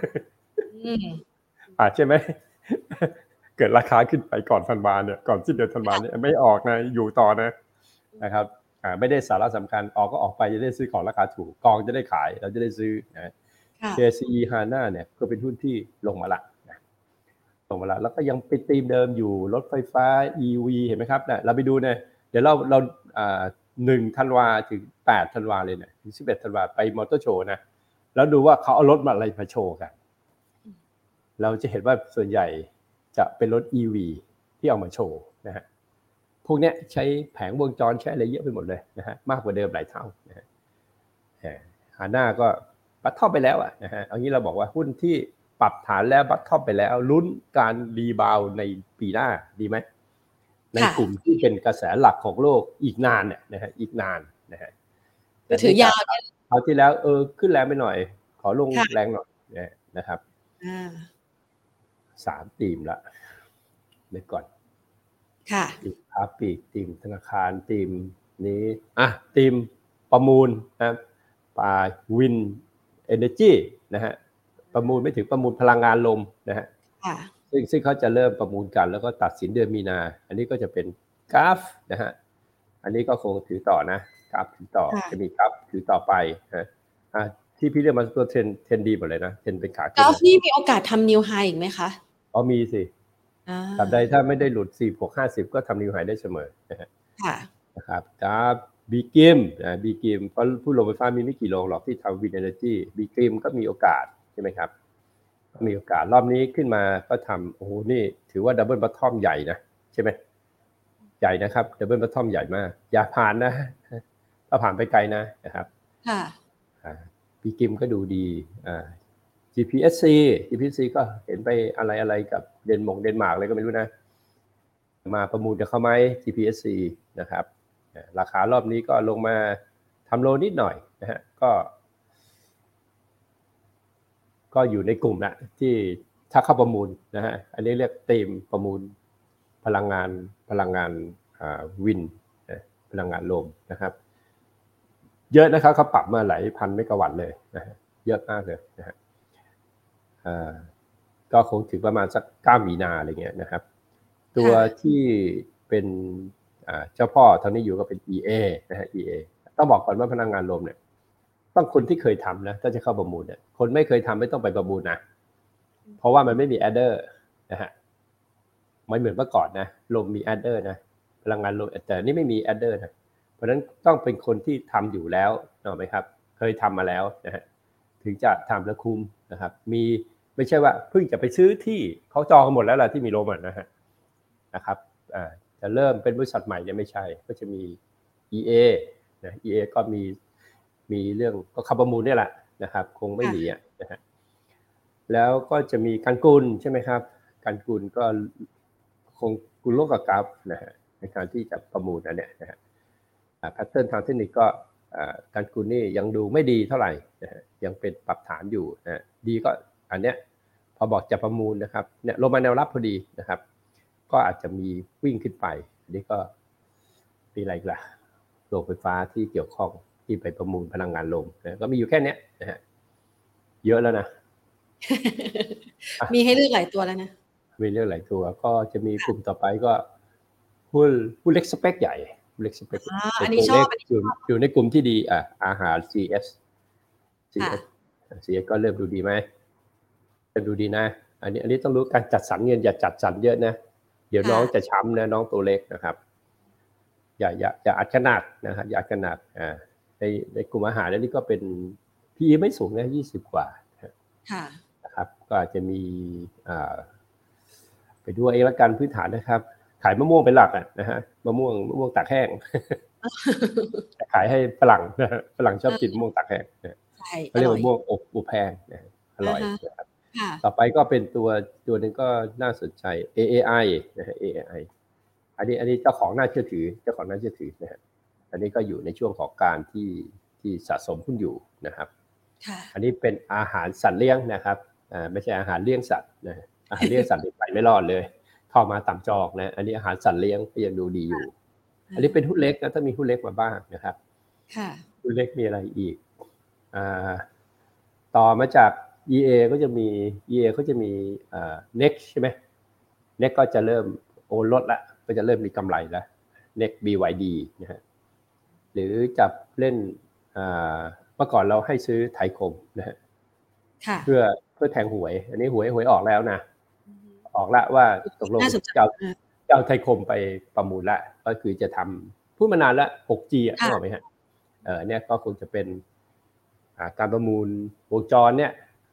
ใช่ไหมเกิดราคาขึ้นไปก่อนธันวาเนี่ยก่อนสิ้นเดือนธันวาเนี่ยไม่ออกนะอยู่ต่อนะครับไม่ได้สาระสำคัญออกก็ออกไปจะได้ซื้อของราคาถูกกองจะได้ขายเราจะได้ซื้อนะ KCE HANA เนี่ยก็เป็นหุ้นที่ลงมาละแล้วก็ยังเป็นธีมเดิมอยู่รถไฟฟ้า EV เห็นไหมครับเราไปดูเนี่ยเดี๋ยวเรา1ธันวาถึง8ธันวาเลยเนี่ยถึง11ธันวาไปมอเตอร์โชว์นะแล้วดูว่าเขาเอารถมาอะไรมาโชว์กันเราจะเห็นว่าส่วนใหญ่จะเป็นรถ EV ที่เอามาโชว์นะฮะพวกนี้ใช้แผงวงจรใช้อะไรเยอะไปหมดเลยนะฮะมากกว่าเดิมหลายเท่านะฮะHANAก็ปัดท่อไปแล้วนะฮะเอางี้เราบอกว่าหุ้นที่ปรับฐานแล้วบัตทอมไปแล้วลุ้นการรีบาวในปีหน้าดีไหมในกลุ่มที่เป็นกระแสหลักของโลกอีกนานเนี่ยนะฮะอีกนานนะฮะแต่ถือยาวคราวที่แล้วขึ้นแรงไปหน่อยขอลงแรงหน่อยนะครับ3ธีมละเดี๋ยวก่อนค่ะค้าปลีกธีมธนาคารธีมนี้ธีมประมูลนะวินเอเนอร์จีนะฮะประมูลไม่ถึงประมูลพลังงานลมนะฮะซึ่งเขาจะเริ่มประมูลกันแล้วก็ตัดสินเดือนมีนาอันนี้ก็จะเป็นกราฟนะฮะอันนี้ก็คงถือต่อนะกราฟถือต่อจะมีกราฟถือต่อไปนะที่พี่เรียกมาตัวเทรนดีหมดเลยนะเทรนเป็นขาขึ้นกราฟนี่มีโอกาสทำนิวไฮอีกไหมคะมีสิตราบใดถ้าไม่ได้หลุด4650ก็ทำนิวไฮได้เสมอนะครับกราฟบีกิมเพราะผู้ลงไฟฟ้ามีไม่กี่โรงหรอกที่ทำวินเอเนอร์จีบีกิมก็มีโอกาสใช่ไหมครับก็มีโอกาสรอบนี้ขึ้นมาก็ทำโอ้โหนี่ถือว่าดับเบิลบัตทอมใหญ่นะใช่ไหมใหญ่นะครับดับเบิลบัตทอมใหญ่มากอย่าผ่านนะถ้าผ่านไปไกลนะครับบีกิมก็ดูดีGPSC ก็เห็นไปอะไรกับเดนมาร์กอะไรก็ไม่รู้นะมาประมูลกับเขาไหม GPSC นะครับราคารอบนี้ก็ลงมาทำโลนิดหน่อยนะฮะก็อยู่ในกลุ่มนะที่ถ้าเข้าประมูลนะฮะอันนี้เรียกธีมประมูลพลังงานวินพลังงานลมนะครับเยอะนะครับเขาปรับมาหลายพันเมกะวัตต์เลยนะฮะเยอะมากเลยนะฮะก็คงถึงประมาณสัก9มีนาอะไรเงี้ยนะครับตัวที่เป็นเจ้าพ่อทางนี้อยู่ก็เป็น EA นะฮะ EA ต้องบอกก่อนว่าพลังงานลมเนี่ยต้องคนที่เคยทำนะถ้าจะเข้าประมูลเนี่ยคนไม่เคยทำไม่ต้องไปประมูลนะเพราะว่ามันไม่มีแอดเดอร์นะฮะไม่เหมือนเมื่อก่อนนะลมมีแอดเดอร์นะพลังงานลมแต่นี่ไม่มีแอดเดอร์นะเพราะฉะนั้นต้องเป็นคนที่ทำอยู่แล้วถูกไหมครับเคยทำมาแล้วนะฮะถึงจะทำแล้วคุ้มนะครับไม่ใช่ว่าเพิ่งจะไปซื้อที่เขาจองกันหมดแล้วล่ะที่มีลมนะครับจะเริ่มเป็นบริษัทใหม่ยังไม่ใช่ก็จะมี EA นะ EA ก็มีเรื่องก็เข้าประมูลนี่แหละนะครับคงไม่หนีนะฮะแล้วก็จะมีการกุลใช่ไหมครับการกุลก็คงกุลโลกกับกราฟนะฮะในการที่จะประมูลอันเนี้ยนะฮะแพทเทิร์นทางเทคนิคก็การกุลนี่ยังดูไม่ดีเท่าไหร่นะฮะยังเป็นปรับฐานอยู่นะดีก็อันเนี้ยพอบอกจะประมูลนะครับเนี่ยลงมาแนวรับพอดีนะครับก็อาจจะมีวิ่งขึ้นไปอันนี้ก็มีอะไรล่ะโรงไฟฟ้าที่เกี่ยวข้องที่ไปประมูลพลังงานลมนะก็มีอยู่แค่นี้นะฮะเยอะแล้วนะมีให้เลือกหลายตัวแล้วนะมีเลือกหลายตัวก็จะมีกลุ่มต่อไปก็หุ้นเล็กสเปคใหญ่เล็กสเปคอันนี้ชอบอยู่ในกลุ่มที่ดีอาหาร CS ก็เริ่มดูดีไหมเริ่มดูดีนะอันนี้ต้องรู้การจัดสรรเงินอย่าจัดสรรเยอะนะเดี๋ยวน้องจะช้ำนะน้องตัวเล็กนะครับอย่าอัดขนาดนะครับอย่าอัดขนาดในกลุ่มอาหารนี่ก็เป็น PE ไม่สูงนะ20กว่านะครับก็อาจจะมีไปดูเองละกันพื้นฐานนะครับขายมะม่วงเป็นหลักนะฮะมะม่วงตากแห้งขายให้ฝรั่งนะฝรั่งชอบกินมะม่วงตากแห้งเขาเรียกมะม่วงอบแพงอร่อยนะครับต่อไปก็เป็นตัวนึงก็น่าสนใจ AAI นะฮะ AAI อันนี้เจ้าของน่าเชื่อถือนะฮะอันนี้ก็อยู่ในช่วงของการที่สะสมหุ้นอยู่นะครับอันนี้เป็นอาหารสัตว์เลี้ยงนะครับไม่ใช่อาหารเลี้ยงสัตว์นะอาหารเลี้ยงสัตว์ไปไม่รอดเลยเข้ามาต่ำจอกนะอันนี้อาหารสัตว์เลี้ยงก็ยังดูดีอยู่อันนี้เป็นหุ้นเล็กนะถ้ามีหุ้นเล็กมาบ้างนะครับหุ้นเล็กมีอะไรอีกต่อมาจาก EA ก็จะมี Next ใช่ไหม Next ก็จะเริ่มลดละก็จะเริ่มมีกำไรแล้ว Next BYD นะฮะหรือจับเล่นเมื่อก่อนเราให้ซื้อไทยคมนะฮะเพื่อแทงหวยอันนี้หวยออกแล้วนะออกละว่าตกลงเจ้าไทยคมไปประมูลละก็คือจะทำพูดมานานละ 6G นึกออกไหมฮะเนี่ยก็คงจะเป็นการประมูลวงจรเนี่ย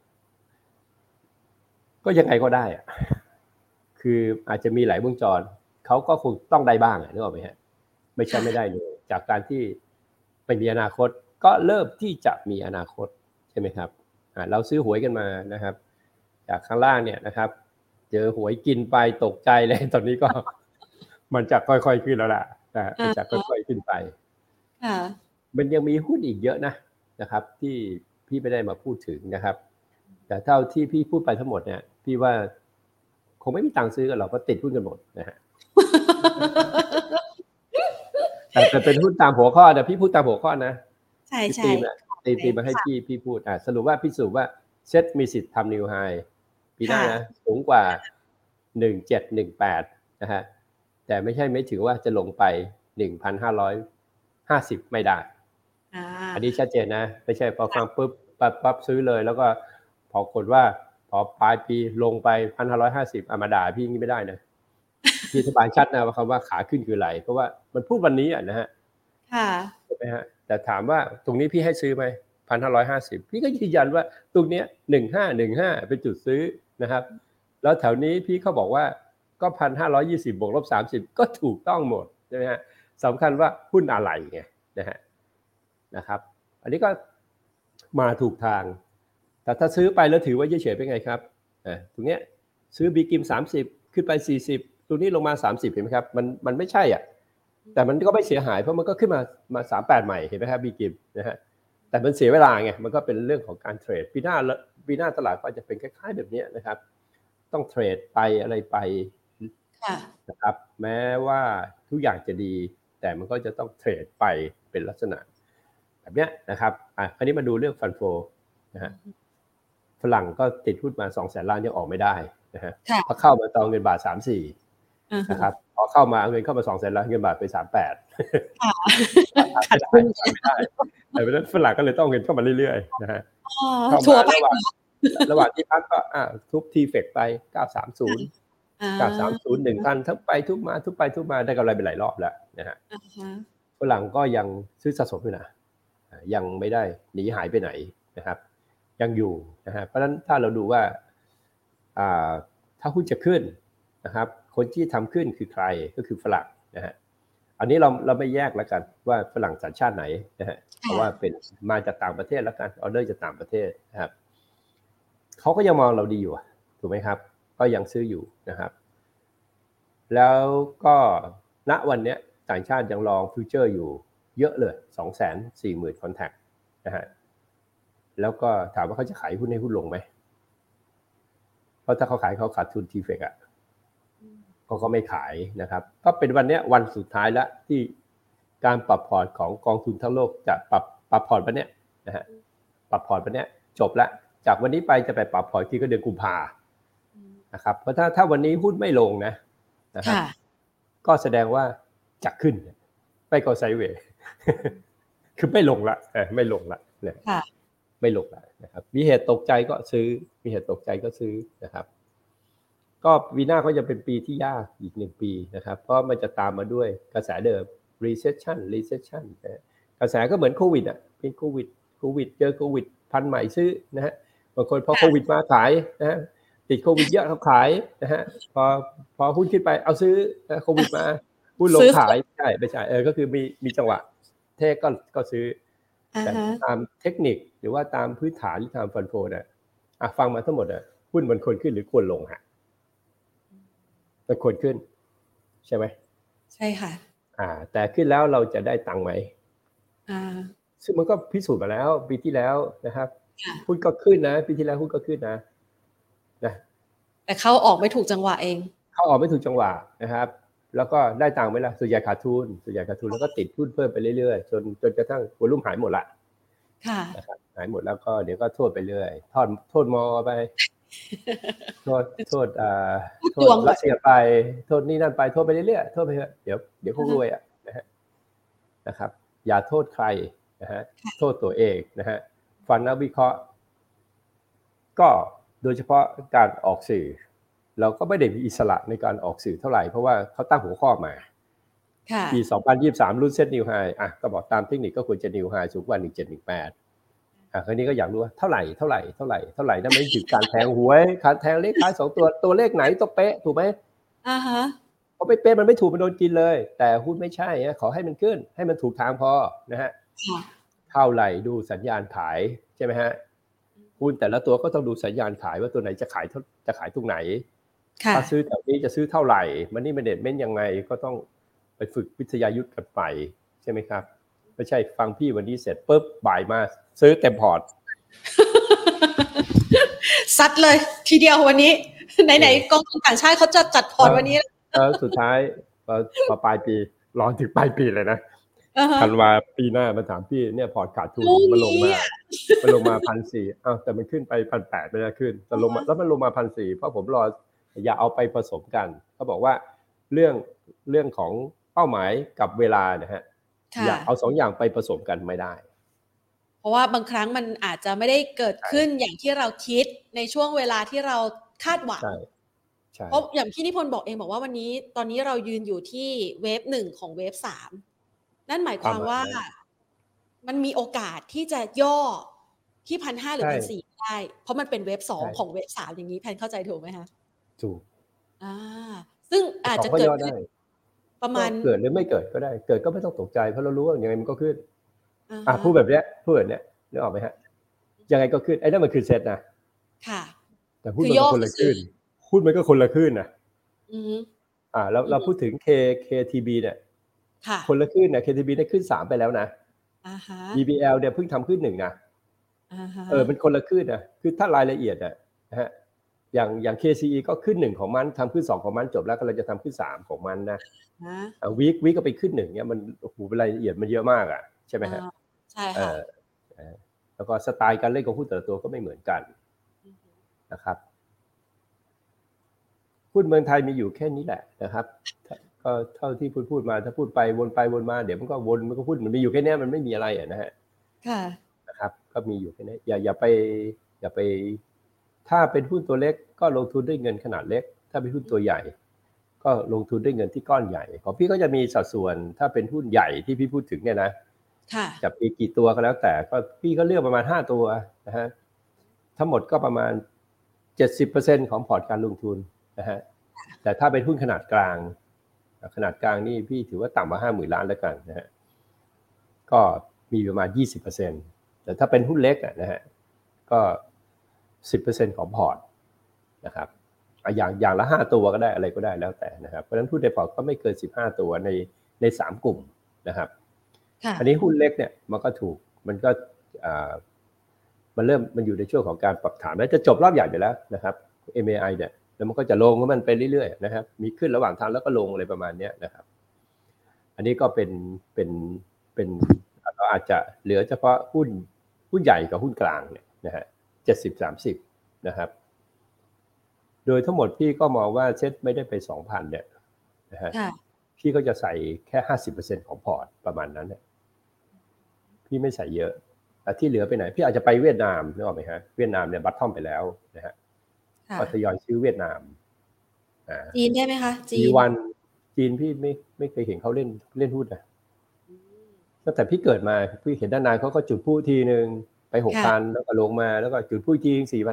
ก็ยังไงก็ได้คืออาจจะมีหลายวงจรเขาก็คงต้องได้บ้างนึกออกไหมฮะไม่ใช่ไม่ได้เลยจากการที่ไม่มีอนาคตก็เริ่มที่จะมีอนาคตใช่ไหมครับเราซื้อหวยกันมานะครับจากข้างล่างเนี่ยนะครับเจอหวยกินไปตกใจเลยตอนนี้ก็มันจะค่อยๆขึ้นแล้วล่ะมันจะค่อยๆขึ้นไปมันยังมีหุ้นอีกเยอะนะครับที่พี่ไม่ได้มาพูดถึงนะครับแต่เท่าที่พี่พูดไปทั้งหมดเนี่ยพี่ว่าคงไม่มีตังค์ซื้อกันหรอกเพราะติดหุ้นกันหมดนะฮะแต่เป็นหุ้นตามหัวข้อนะพี่พูดตามหัวข้อนะใช่ๆตีมาให้พี่พูดสรุปว่าพี่สรุปว่าเซ็ตมีสิทธิ์ทำนิวไฮปีหน้านะสูงกว่า1718นะฮะแต่ไม่ถือว่าจะลงไป 1,550 ไม่ได้อันนี้ชัดเจนนะไม่ใช่พอฟังปุ๊บปั๊บซื้อเลยแล้วก็พอคนว่าพอปลายปีลงไป 1,550 มาด่าพี่งี้ไม่ได้นะพี่อธิบายชัดนะว่าคำว่าขาขึ้นคืออะไรเพราะว่ามันพูดวันนี้นะฮะใช่ไหมฮะแต่ถามว่าตรงนี้พี่ให้ซื้อไหม 1,550 พี่ก็ยืนยันว่าตรงเนี้ย1515เป็นจุดซื้อนะครับแล้วแถวนี้พี่เขาบอกว่าก็ 1,520 บวกลบ30ก็ถูกต้องหมดใช่ไหมฮะสำคัญว่าหุ้นอะไรไงนะครับอันนี้ก็มาถูกทางแต่ถ้าซื้อไปแล้วถือว่าเฉยๆเป็นไงครับตรงเนี้ยซื้อบีกิม30ขึ้นไป40ตรงนี้ลงมา30เห็นไหมครับมันไม่ใช่อ่ะแต่มันก็ไม่เสียหายเพราะมันก็ขึ้นมา38ใหม่เห็นไหมครับบีกิมนะฮะแต่มันเสียเวลาไงมันก็เป็นเรื่องของการเทรดปีหน้าตลาดก็จะเป็นคล้ายๆแบบนี้นะครับต้องเทรดไปอะไรไปนะครับแม้ว่าทุกอย่างจะดีแต่มันก็จะต้องเทรดไปเป็นลักษณะแบบนี้นะครับคราวนี้มาดูเรื่องฟันโฟนะฮะฝรั่งก็ติดหุ้นมา 200,000 ล้านยังออกไม่ได้นะฮะพอเข้ามาตอนเงินบาท 3-4 นะครับพอเข้ามาเงินเข้ามา 200,000 ล้านเงินบาทไป 38ขาดทุนไม่ได้แต่เพราะฉะนั้นฝรั่งก็เลยต้องเงินเข้ามาเรื่อยๆนะฮะเข้ามาระหว่างที่พักก็ทุบทีเฟกไป930 1,000ทั้งไปทุบมาได้กำไรไปหลายรอบแล้วนะฮะฝรั่งก็ยังซื้อสะสมอยู่นะยังไม่ได้หนีหายไปไหนนะครับยังอยู่นะฮะเพราะฉะนั้นถ้าเราดูว่าถ้าหุ้นจะขึ้นนะครับคนที่ทำขึ้นคือใครก็คือฝรั่งนะฮะอันนี้เราไม่แยกแล้วกันว่าฝรั่งสัญชาติไหนนะฮะเพราะว่าเป็นมาจากต่างประเทศแล้วกันออเดอร์จากต่างประเทศนะครับเขาก็ยังมองเราดีอยู่ถูกไหมครับก็ยังซื้ออยู่นะครับแล้วก็ณวันนี้ต่างชาติยังลองฟิวเจอร์อยู่เยอะเลย 240,000 คอนแทคนะฮะแล้วก็ถามว่าเขาจะขายหุ้นให้หุ้นลงไหมเพราะถ้าเขาขายเขาขาดทุนทีเฟกก็ไม่ขายนะครับก็เป็นวันนี้วันสุดท้ายแล้วที่การปรับพอร์ตของกองทุนทั้งโลกจะปรับพอร์ตวันนี้นะฮะปรับพอร์ตวันนี้จบแล้วจากวันนี้ไปจะไปปรับพอร์ตที่ก็เดือนกุมภานะครับเพราะถ้าวันนี้หุ้นไม่ลงนะครับก็แสดงว่าจะขึ้นไม่ก็ไซด์เวย์คือไม่ลงละไม่ลงละเนี่ยไม่ลงละนะครับมีเหตุตกใจก็ซื้อมีเหตุตกใจก็ซื้อนะครับก็ปีหน้าก็จะเป็นปีที่ยากอีก1ปีนะครับเพราะมันจะตามมาด้วยกระแสเดิม recession กระแสก็เหมือนโควิดเป็นโควิดเจอโควิดพันใหม่ซื้อนะฮะบางคนพอโควิดมาขายนะฮะติดโควิดเยอะเขาขายนะฮะพอหุ้นขึ้นไปเอาซื้อโควิดมาหุ้นลงขายใช่ไม่ใช่ก็คือมีจังหวะเทคก็ซื้อแต่ตามเทคนิคหรือว่าตามพื้นฐานที่ทำฟันโฟฟังมาทั้งหมดหุ้นมันควรขึ้นหรือควรลงฮะมันควรขึ้นใช่ไหมใช่ค่ะแต่ขึ้นแล้วเราจะได้ตังค์ไหมซึ่งมันก็พิสูจน์มาแล้วปีที่แล้วนะครับหุ้นก็ขึ้นนะปีที่แล้วหุ้นก็ขึ้นนะแต่เขาออกไม่ถูกจังหวะเองเขาออกไม่ถูกจังหวะนะครับแล้วก็ได้ตังค์ไหมล่ะส่วนใหญ่ขาดทุนแล้วก็ติดหุ้นเพิ่มไปเรื่อยๆจนกระทั่งวอลุ่มหายหมดละนะครับหายหมดแล้วก็เดี๋ยวก็โทษไปเรื่อยโทษมอไปโทษรัสเซียไปโทษนี่นั่นไปโทษไปเรื่อยๆโทษไปเถอะเดี๋ยวพวกรวยนะครับอย่าโทษใครนะฮะโทษตัวเองนะฮะฟังนักวิเคราะห์ก็โดยเฉพาะการออกสื่อเราก็ไม่ได้มีอิสระในการออกสื่อเท่าไหร่เพราะว่าเขาตั้งหัวข้อมาปี2023รุ่นเซ็ตนิวไฮก็บอกตามเทคนิคก็ควรจะนิวไฮสูงกว่า1718คราวนี้ก็อยากรู้ว่าเท่าไหร่นั่นไม่ถึงการแทงหวยการแทงเลขท้าย2ตัวเลขไหนต้องเป๊ะถูกไหมเพราะเป๊ะมันไม่ถูกมันโดนกินเลยแต่หุ้นไม่ใช่ขอให้มันขึ้นให้มันถูกทางพอนะฮะเท่าไหร่ดูสัญญาณขายใช่ไหมฮะหุ้นแต่ละตัวก็ต้องดูสัญญาณขายว่าตัวไหนจะขายตรงไหนถ้าซื้อแถวนี้จะซื้อเท่าไหร่มันนี่managementยังไงก็ต้องไปฝึกวิทยายุทธ์กันไปใช่ไหมครับไม่ใช่ฟังพี่วันนี้เสร็จปุ๊บบ่ายมาซื้อเต็มพอร์ตซัดเลยทีเดียววันนี้ไหนๆกองทุนต่างชาติเขาจะจัดพอร์ตวันนี้สุดท้ายปลายปีรอถึงปลายปีเลยนะธันวาปีหน้ามาถามพี่เนี่ยพอร์ตขาดทุนมันลงมา 1,400 อ้าวแต่มันขึ้นไป 1,800 ไม่ได้ขึ้นแต่ลงมาแล้วมันลงมา 1,400 เพราะผมรออย่าเอาไปผสมกันเขาบอกว่าเรื่องของเป้าหมายกับเวลานะฮะอย่าเอา2อย่างไปผสมกันไม่ได้เพราะว่าบางครั้งมันอาจจะไม่ได้เกิดขึ้นอย่างที่เราคิดในช่วงเวลาที่เราคาดหวังเพราะอย่างพี่นิพนธ์บอกเองบอกว่าวันนี้ตอนนี้เรายืนอยู่ที่เวฟ1ของเวฟ3นั่นหมายความว่ามันมีโอกาสที่จะย่อที่ 1,500 หรือ 1,400 ได้เพราะมันเป็นเวฟ2ของเวฟ3อย่างนี้แพนเข้าใจถูกไหมคะถูกซึ่งอาจจะเกิดขึ้นประมาณเกิดหรือไม่เกิดก็ได้เกิดก็ไม่ต้องตกใจเพราะเรารู้ว่ายังไงมันก็ขึ้นพูดแบบนี้นึกออกไหมฮะยังไงก็ขึ้นไอ้นั่นมันคือเซตนะค่ะแต่พูดมันคนละขึ้นพูดมันก็คนละขึ้นนะแล้วเราพูดถึง KTB เนี่ยคนละขึ้นนะ KTB ได้ขึ้น3ไปแล้วนะBBL เนี่ยเพิ่งทำขึ้น1นะมันคนละขึ้นนะคือถ้ารายละเอียดนะฮะอย่าง KCE ก็ขึ้น1ของมันทำขึ้น2ของมันจบแล้วก็เราจะทำขึ้น3ของมันนะวีคก็ไปขึ้น1เนี่ยมันโอ้โหรายละเอียดมันเยอะมากอ่ะใช่ไหมฮะใช่ค่ะแล้วก็สไตล์การเล่นของหุ้นแต่ละตัวก็ไม่เหมือนกันนะครับหุ้นเมืองไทยมีอยู่แค่นี้แหละนะครับก็เท่าที่พูดมาถ้าพูดไปวนไปวนมาเดี๋ยวมันก็วนมันก็พูดมันมีอยู่แค่นี้มันไม่มีอะไรนะฮะค่ะนะครับก็มีอยู่แค่นี้อย่าไปถ้าเป็นหุ้นตัวเล็กก็ลงทุนด้วยเงินขนาดเล็กถ้าเป็นหุ้นตัวใหญ่ก็ลงทุนด้วยเงินที่ก้อนใหญ่ของพี่ก็จะมีสัดส่วนถ้าเป็นหุ้นใหญ่ที่พี่พูดถึงเนี่ยนะจะมีกี่ตัวก็แล้วแต่ก็พี่ก็เลือกประมาณ5ตัวนะฮะทั้งหมดก็ประมาณ 70% ของพอร์ตการลงทุนนะฮะแต่ถ้าเป็นหุ้นขนาดกลางนี่พี่ถือว่าต่ำกว่า 50,000 ล้านแล้วกันนะฮะก็มีประมาณ 20% แต่ถ้าเป็นหุ้นเล็กนะฮะก็ 10% ของพอร์ตนะครับอย่างละ5ตัวก็ได้อะไรก็ได้แล้วแต่นะครับเพราะฉะนั้นหุ้นในพอร์ตก็ไม่เกิน15ตัวใน3กลุ่มนะครับอันนี้หุ้นเล็กเนี่ยมันก็ถูกมันก็มันอยู่ในช่วงของการปรับฐานแล้วจะจบรอบใหญ่ไปแล้วนะครับ MAI เนี่ยแล้วมันก็จะลงของมันไปเรื่อยๆนะครับมีขึ้นระหว่างทางแล้วก็ลงอะไรประมาณนี้นะครับอันนี้ก็เป็นเราอาจจะเหลือเฉพาะหุ้นใหญ่กับหุ้นกลางเนี่ยนะฮะ70-30นะครับโดยทั้งหมดพี่ก็มองว่าเซ็ตไม่ได้ไป 2,000 เนี่ยนะฮะพี่ก็จะใส่แค่ 50% ของพอร์ตประมาณนั้นเนี่ยพี่ไม่ใส่เยอะแต่ที่เหลือไปไหนพี่อาจจะไปเวียดนามนึกออกไหมฮะเวียดนามเนี่ยบัตทอมไปแล้วนะฮะก็ทยอยซื้อเวียดนามจีนได้ไหมคะจีนพี่ไม่เคยเห็นเขาเล่นหุ้นนะตั้งแต่พี่เกิดมาพี่เห็นด้านนานเขาก็จุดพลุทีนึงไป 6,000 แล้วก็ลงมาแล้วก็จุดพลุที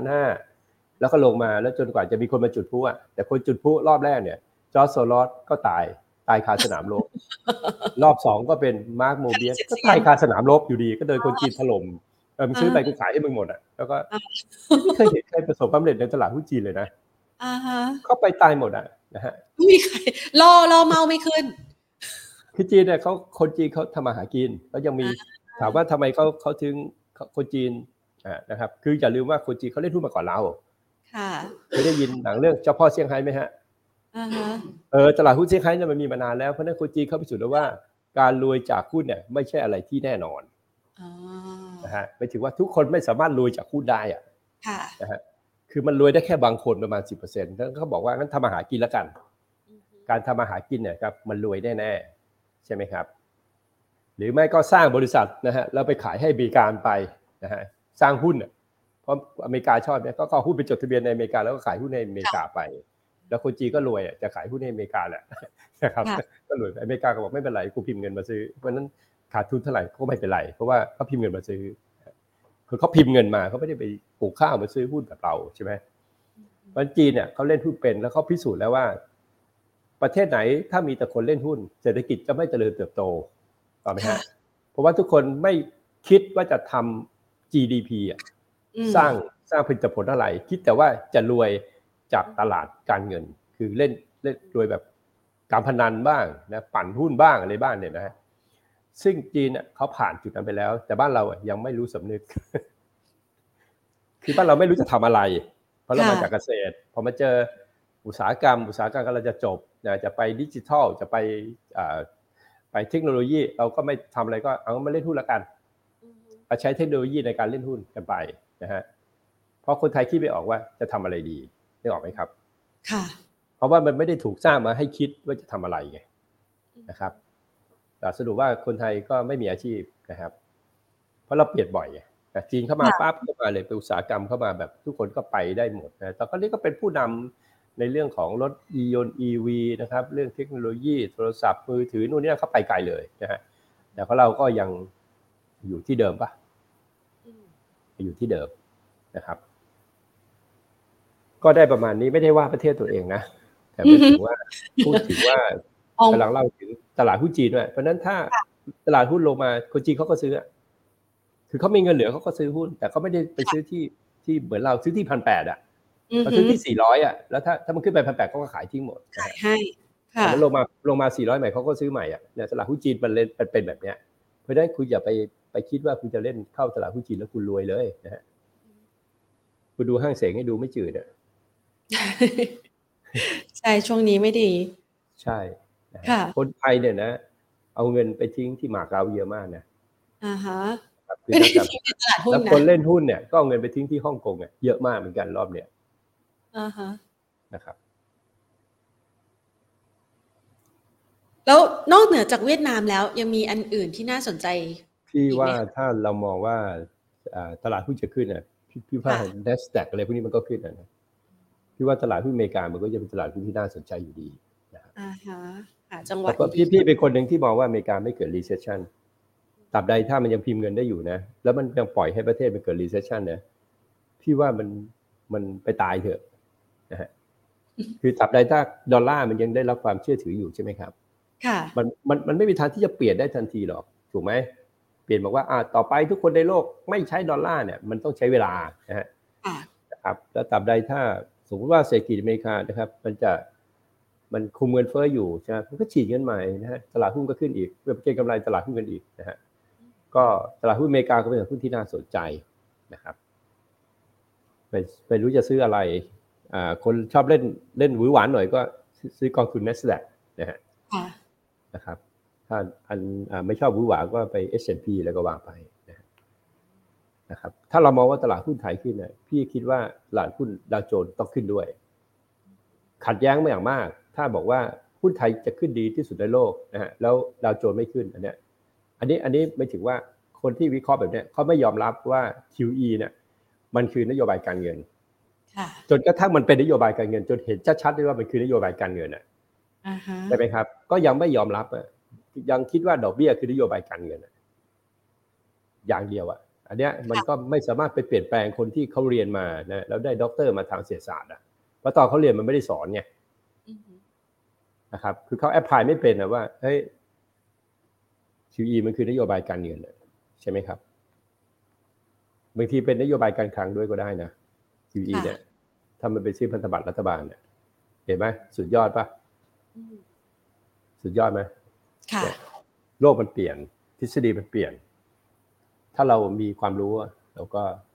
4,500 แล้วก็ลงมาแล้วจนกว่าจะมีคนมาจุดพลุแต่คนจุดพลุรอบแรกเนี่ยจอร์จโซลอสก็ตายคาสนามรบรอบ2ก็เป็นมาร์คโมเบียสก็ตายคาสนามรบอยู่ดีก็โดนคนจีนถล่มมึงซื้อไปกูขายให้มึงหมดแล้วก็ไม่เคยเห็นใครประสบความสำเร็จในตลาดหุ้นจีนเลยนะเขาไปตายหมดนะฮะไม่มีใครรอเมาไม่ขึ้นคือจีนเนี่ยคนจีนเขาทำมาหากินแล้วยังมีถามว่าทำไมเขาถึงคนจีนนะครับคืออย่าลืมว่าคนจีนเขาเล่นหุ้นมาก่อนเราเคยได้ยินหนังเรื่องเจ้าพ่อเซี่ยงไฮ้ไหมฮะตลาดหุ้นเซี่ยงไฮ้เนี่ยมันมีมานานแล้วเพราะนั้นคนจีนเขาพิสูจน์แล้วว่าการรวยจากหุ้นเนี่ยไม่ใช่อะไรที่แน่นอนนะฮะไม่ถึงว่าทุกคนไม่สามารถรวยจากหุ้นได้นะฮะคือมันรวยได้แค่บางคนประมาณ 10% แล้วเขาบอกว่างั้นทำมาหากินแล้วกันการทำมาหากินเนี่ยครับมันรวยแน่ๆใช่ไหมครับหรือไม่ก็สร้างบริษัทนะฮะแล้วไปขายให้อเมริกาไปนะฮะสร้างหุ้นเพราะอเมริกาชอบเนี่ยก็เอาหุ้นไปจดทะเบียนในอเมริกาแล้วก็ขายหุ้นในอเมริกาไปแล้วคนจีนก็รวยจะขายหุ้นในอเมริกาแหละนะครับก็รวยอเมริกาก็บอกไม่เป็นไรกูพิมพ์เงินมาซื้อเพราะนั้นขาดทุนเท่าไหร่ก็ไม่เป็นไรเพราะว่าเขาพิมพ์เงินมาซื้อคือเขาพิมพ์เงินมาเขาไม่ได้ไปปลูกข้าวมาซื้อหุ้นแบบเราใช่ไหมวันจีนเนี่ยเขาเล่นหุ้นเป็นแล้วเขาพิสูจน์แล้วว่าประเทศไหนถ้ามีแต่คนเล่นหุ้นเศรษฐกิจจะไม่เจริญเติบโตถูกไหมฮะเพราะว่าทุกคนไม่คิดว่าจะทำ GDP สร้างสร้างผลิตผลอะไรคิดแต่ว่าจะรวยจากตลาดการเงินคือเล่นรวยแบบการพนันบ้างนะปั่นหุ้นบ้างอะไรบ้างเนี่ยนะซึ่งจีนเขาผ่านจุดนั้นไปแล้วแต่บ้านเรายังไม่รู้สำนึก คือบ้านเราไม่รู้จะทำอะไรเพราะเรามาจากเกษตรพอมาเจออุตสาหกรรมก็เราจะจบจะไปดิจิทัลจะไปเทคโนโลยีเราก็ไม่ทำอะไรก็เอามาเล่นหุ้นละกันใช้เทคโนโลยีในการเล่นหุ้นกันไปนะฮะเพราะคนไทยคิดไม่ออกว่าจะทำอะไรดีได้ออกไหมครับค่ะเพราะว่ามันไม่ได้ถูกสร้างมาให้คิดว่าจะทำอะไรไงนะครับแต่สรุปว่าคนไทยก็ไม่มีอาชีพนะครับเพราะเราเปลี่ยนบ่อยแต่จีนเข้ามาปั๊บเข้ามาเลยเป็นอุตสาหกรรมเข้ามาแบบทุกคนก็ไปได้หมดนะแต่ก็นี่ก็เป็นผู้นำในเรื่องของรถยนต์ EV นะครับเรื่องเทคโนโลยีโทรศัพท์มือถือนู่นนี่เขาไปไกลเลยนะฮะแต่ของเราก็ยังอยู่ที่เดิมป่ะอยู่ที่เดิมนะครับก็ได้ประมาณนี้ไม่ได้ว่าประเทศตัวเองนะแต่ไม่ถึงว่าพูดถึงว่ากำลังเล่าถึงตลาดหุ้นจีนด้วยเพราะนั้นถ้าตลาดหุ้นลงมาคนจีนเขาก็ซื้อคือเขามีเงินเหลือเขาก็ซื้อหุ้นแต่เขาไม่ได้ไปซื้อที่เหมือนเราซื้อที่ 1,800 เขาซื้อที่400แล้วถ้ามันขึ้นไป 1,800 เขาก็ขายทิ้งหมดขายให้ค่ะแล้วลงมา400ใหม่เขาก็ซื้อใหม่เนี่ยตลาดหุ้นจีนมันเป็นแบบเนี้ยเพราะฉะนั้นคุณอย่าไปคิดว่าคุณจะเล่นเข้าตลาดหุ้นจีนแล้วคุณรวยเลยนะฮะคุณดูห้างเสงให้ดูไม่จืดใช่ช่วงนี้ไม่ดีใช่คนไทยเนี่ยนะเอาเงินไปทิ้งที่มาเก๊าเยอะมากนะฮะไม่ได้ทิ้งในตลาดหุ้นนะแล้วคนเล่นหุ้นเนี่ยก็เอาเงินไปทิ้งที่ฮ่องกงเยอะมากเหมือนกันรอบเนี้ยนะครับแล้วนอกเหนือจากเวียดนามแล้วยังมีอันอื่นที่น่าสนใจพี่ว่าถ้าเรามองว่าตลาดหุ้นจะขึ้นพี่ว่า NASDAQ อะไรพวกนี้มันก็ขึ้นนะพี่ว่าตลาดหุ้นอเมริกามันก็จะเป็นตลาดหุ้นที่น่าสนใจอยู่ดีนะครับจังหวะพี่เป็นคนหนึ่งที่มองว่าอเมริกาไม่เกิด recession ตราบใดถ้ามันยังพิมพ์เงินได้อยู่นะแล้วมันยังปล่อยให้ประเทศมันเกิด recession นะพี่ว่ามันไปตายเถอะนะฮะคือตราบใดถ้าดอลลาร์มันยังได้รับความเชื่อถืออยู่ใช่ไหมครับค่ะมันไม่มีทางที่จะเปลี่ยนได้ทันทีหรอกถูกไหมเปลี่ยนบอกว่าต่อไปทุกคนในโลกไม่ใช้ดอลลาร์เนี่ยมันต้องใช้เวลานะครับแล้วตราบใดถ้าสมมติว่าเศรษฐกิจอเมริกานะครับมันคุมเงินเฟ้ออยู่ใช่ไหมมันก็ฉีดเงินใหม่นะฮะตลาดหุ้นก็ขึ้นอีกเพื่อเก็งกำไรตลาดหุ้นกันอีกนะฮะก็ตลาดหุ้นอเมริกาก็เป็นตลาดหุ้นที่น่าสนใจนะครับไปรู้จะซื้ออะไรคนชอบเล่นหวือหวานหน่อยก็ซื้อกองทุน NASDAQ นะฮะนะครับถ้าไม่ชอบหวือหวาก็ไป S&P แล้วก็วางไปนะครับถ้าเรามองว่าตลาดหุ้นไทยขึ้นเนี่ยพี่คิดว่าตลาดหุ้นดาวโจนส์ต้องขึ้นด้วยขัดแย้งไม่อย่างมากถ้าบอกว่าหุ้นไทยจะขึ้นดีที่สุดในโลกนะฮะแล้วดาวโจนส์ไม่ขึ้นอันนี้ไม่ถึงว่าคนที่วิเคราะห์แบบนี้เขาไม่ยอมรับว่า QE เนี่ยมันคือนโยบายการเงินจนกระทั่งมันเป็นนโยบายการเงินจนเห็นชัดๆได้ว่ามันคือนโยบายการเงินใช่ไหมครับก็ยังไม่ยอมรับยังคิดว่าดอกเบี้ยคือนโยบายการเงินอย่างเดียวอันเนี้ยมันก็ไม่สามารถไปเปลี่ยนแปลงคนที่เขาเรียนมานะแล้วได้ด็อกเตอร์มาทางเศรษฐศาสตร์เพราะตอนเขาเรียนมันไม่ได้สอนไงนะครับคือเขาแอพพลายไม่เป็นว่าเฮ้ย QE มันคือนโยบายการเงินใช่ไหมครับบางทีเป็นนโยบายการคลังด้วยก็ได้นะ QE เนี่ยถ้ามันเป็นซื้อพันธบัตรรัฐบาลเนี่ยเห็นไหมสุดยอดป่ะสุดยอดไหมโลกมันเปลี่ยนทฤษฎีมันเปลี่ยนถ้าเรามีความรู้เรา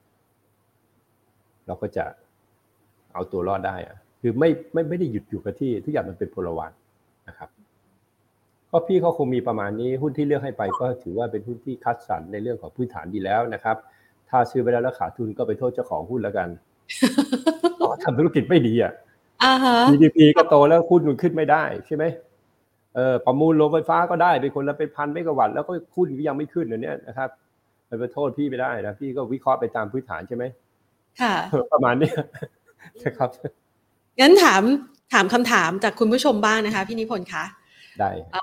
ก็จะเอาตัวรอดได้คือไม่ได้หยุดอยู่กับที่ทุกอย่างมันเป็นพลวัตนะครับก็พี่เขาคงมีประมาณนี้หุ้นที่เลือกให้ไปก็ถือว่าเป็นหุ้นที่คัดสรรในเรื่องของพื้นฐานดีแล้วนะครับถ้าซื้อไปแล้วขาดทุนก็ไปโทษเจ้าของหุ้นแล้วกันทำธุรกิจไม่ดีGDP ก็โตแล้วหุ้นมันขึ้นไม่ได้ใช่ไหมประมูลโรงไฟฟ้าก็ได้เป็นคนละเป็น1,000 เมกะวัตต์แล้วก็หุ้นก็ยังไม่ขึ้นเนี่ยนะครับไปโทษพี่ไม่ได้นะพี่ก็วิเคราะห์ไปตามพื้นฐานใช่ไหมค่ะประมาณนี้นะครับงั้นถามคำถามจากคุณผู้ชมบ้างนะคะพี่นิพนธ์คะได้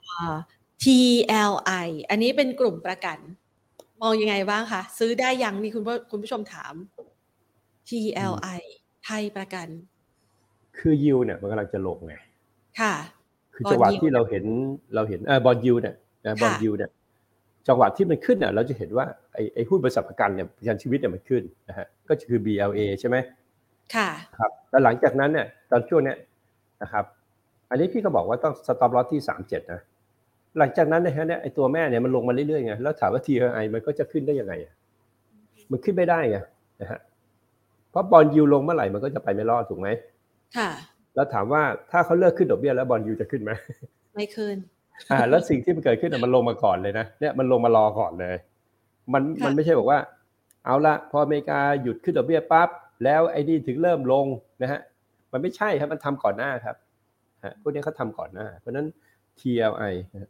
TLI อันนี้เป็นกลุ่มประกันมองยังไงบ้างคะซื้อได้ยังมีคุณผู้ชมถาม TLI ไทยประกันคือยิวเนี่ยมันกำลังจะลงไงค่ะคือจังหวะที่เราเห็นบอนด์ยิวเนี่ยบอนด์ยิวเนี่ยจังหวะที่มันขึ้นเนี่ยเราจะเห็นว่าไอ้หุ้นบริษัทประกันเนี่ยประกันชีวิตเนี่ยมันขึ้นนะฮะก็คือ BLA ใช่ไหมค่ะครับแล้วหลังจากนั้นเนี่ยตอนช่วงเนี้ยนะครับอันนี้พี่ก็บอกว่าต้อง stop loss ที่37นะหลังจากนั้นเนี่ยไอ้ตัวแม่เนี่ยมันลงมาเรื่อยๆไงแล้วถามว่า TLI มันก็จะขึ้นได้ยังไงมันขึ้นไม่ได้ไงนะฮะเพราะบอนด์ยิลด์ลงเมื่อไหร่มันก็จะไปไม่รอดถูกไหมค่ะแล้วถามว่าถ้าเขาเลิกขึ้นดอกเบี้ยแล้วบอนด์ยิลด์จะขึ้นไหมไม่ขึ้นแล้วสิ่งที่มันเกิดขึ้นมันลงมาก่อนเลยนะเนี่ยมันลงมารอก่อนเลยมันไม่ใช่บอกว่าเอาละพออเมริกาหยุดขึ้นดอกเบี้ยปั๊บแล้วไอ้นี่ถึงเริ่มลงนะฮะมันไม่ใช่ครับมันทำก่อนหน้าครับพวกนี้เขาทำก่อนหน้าเพราะนั้น TLI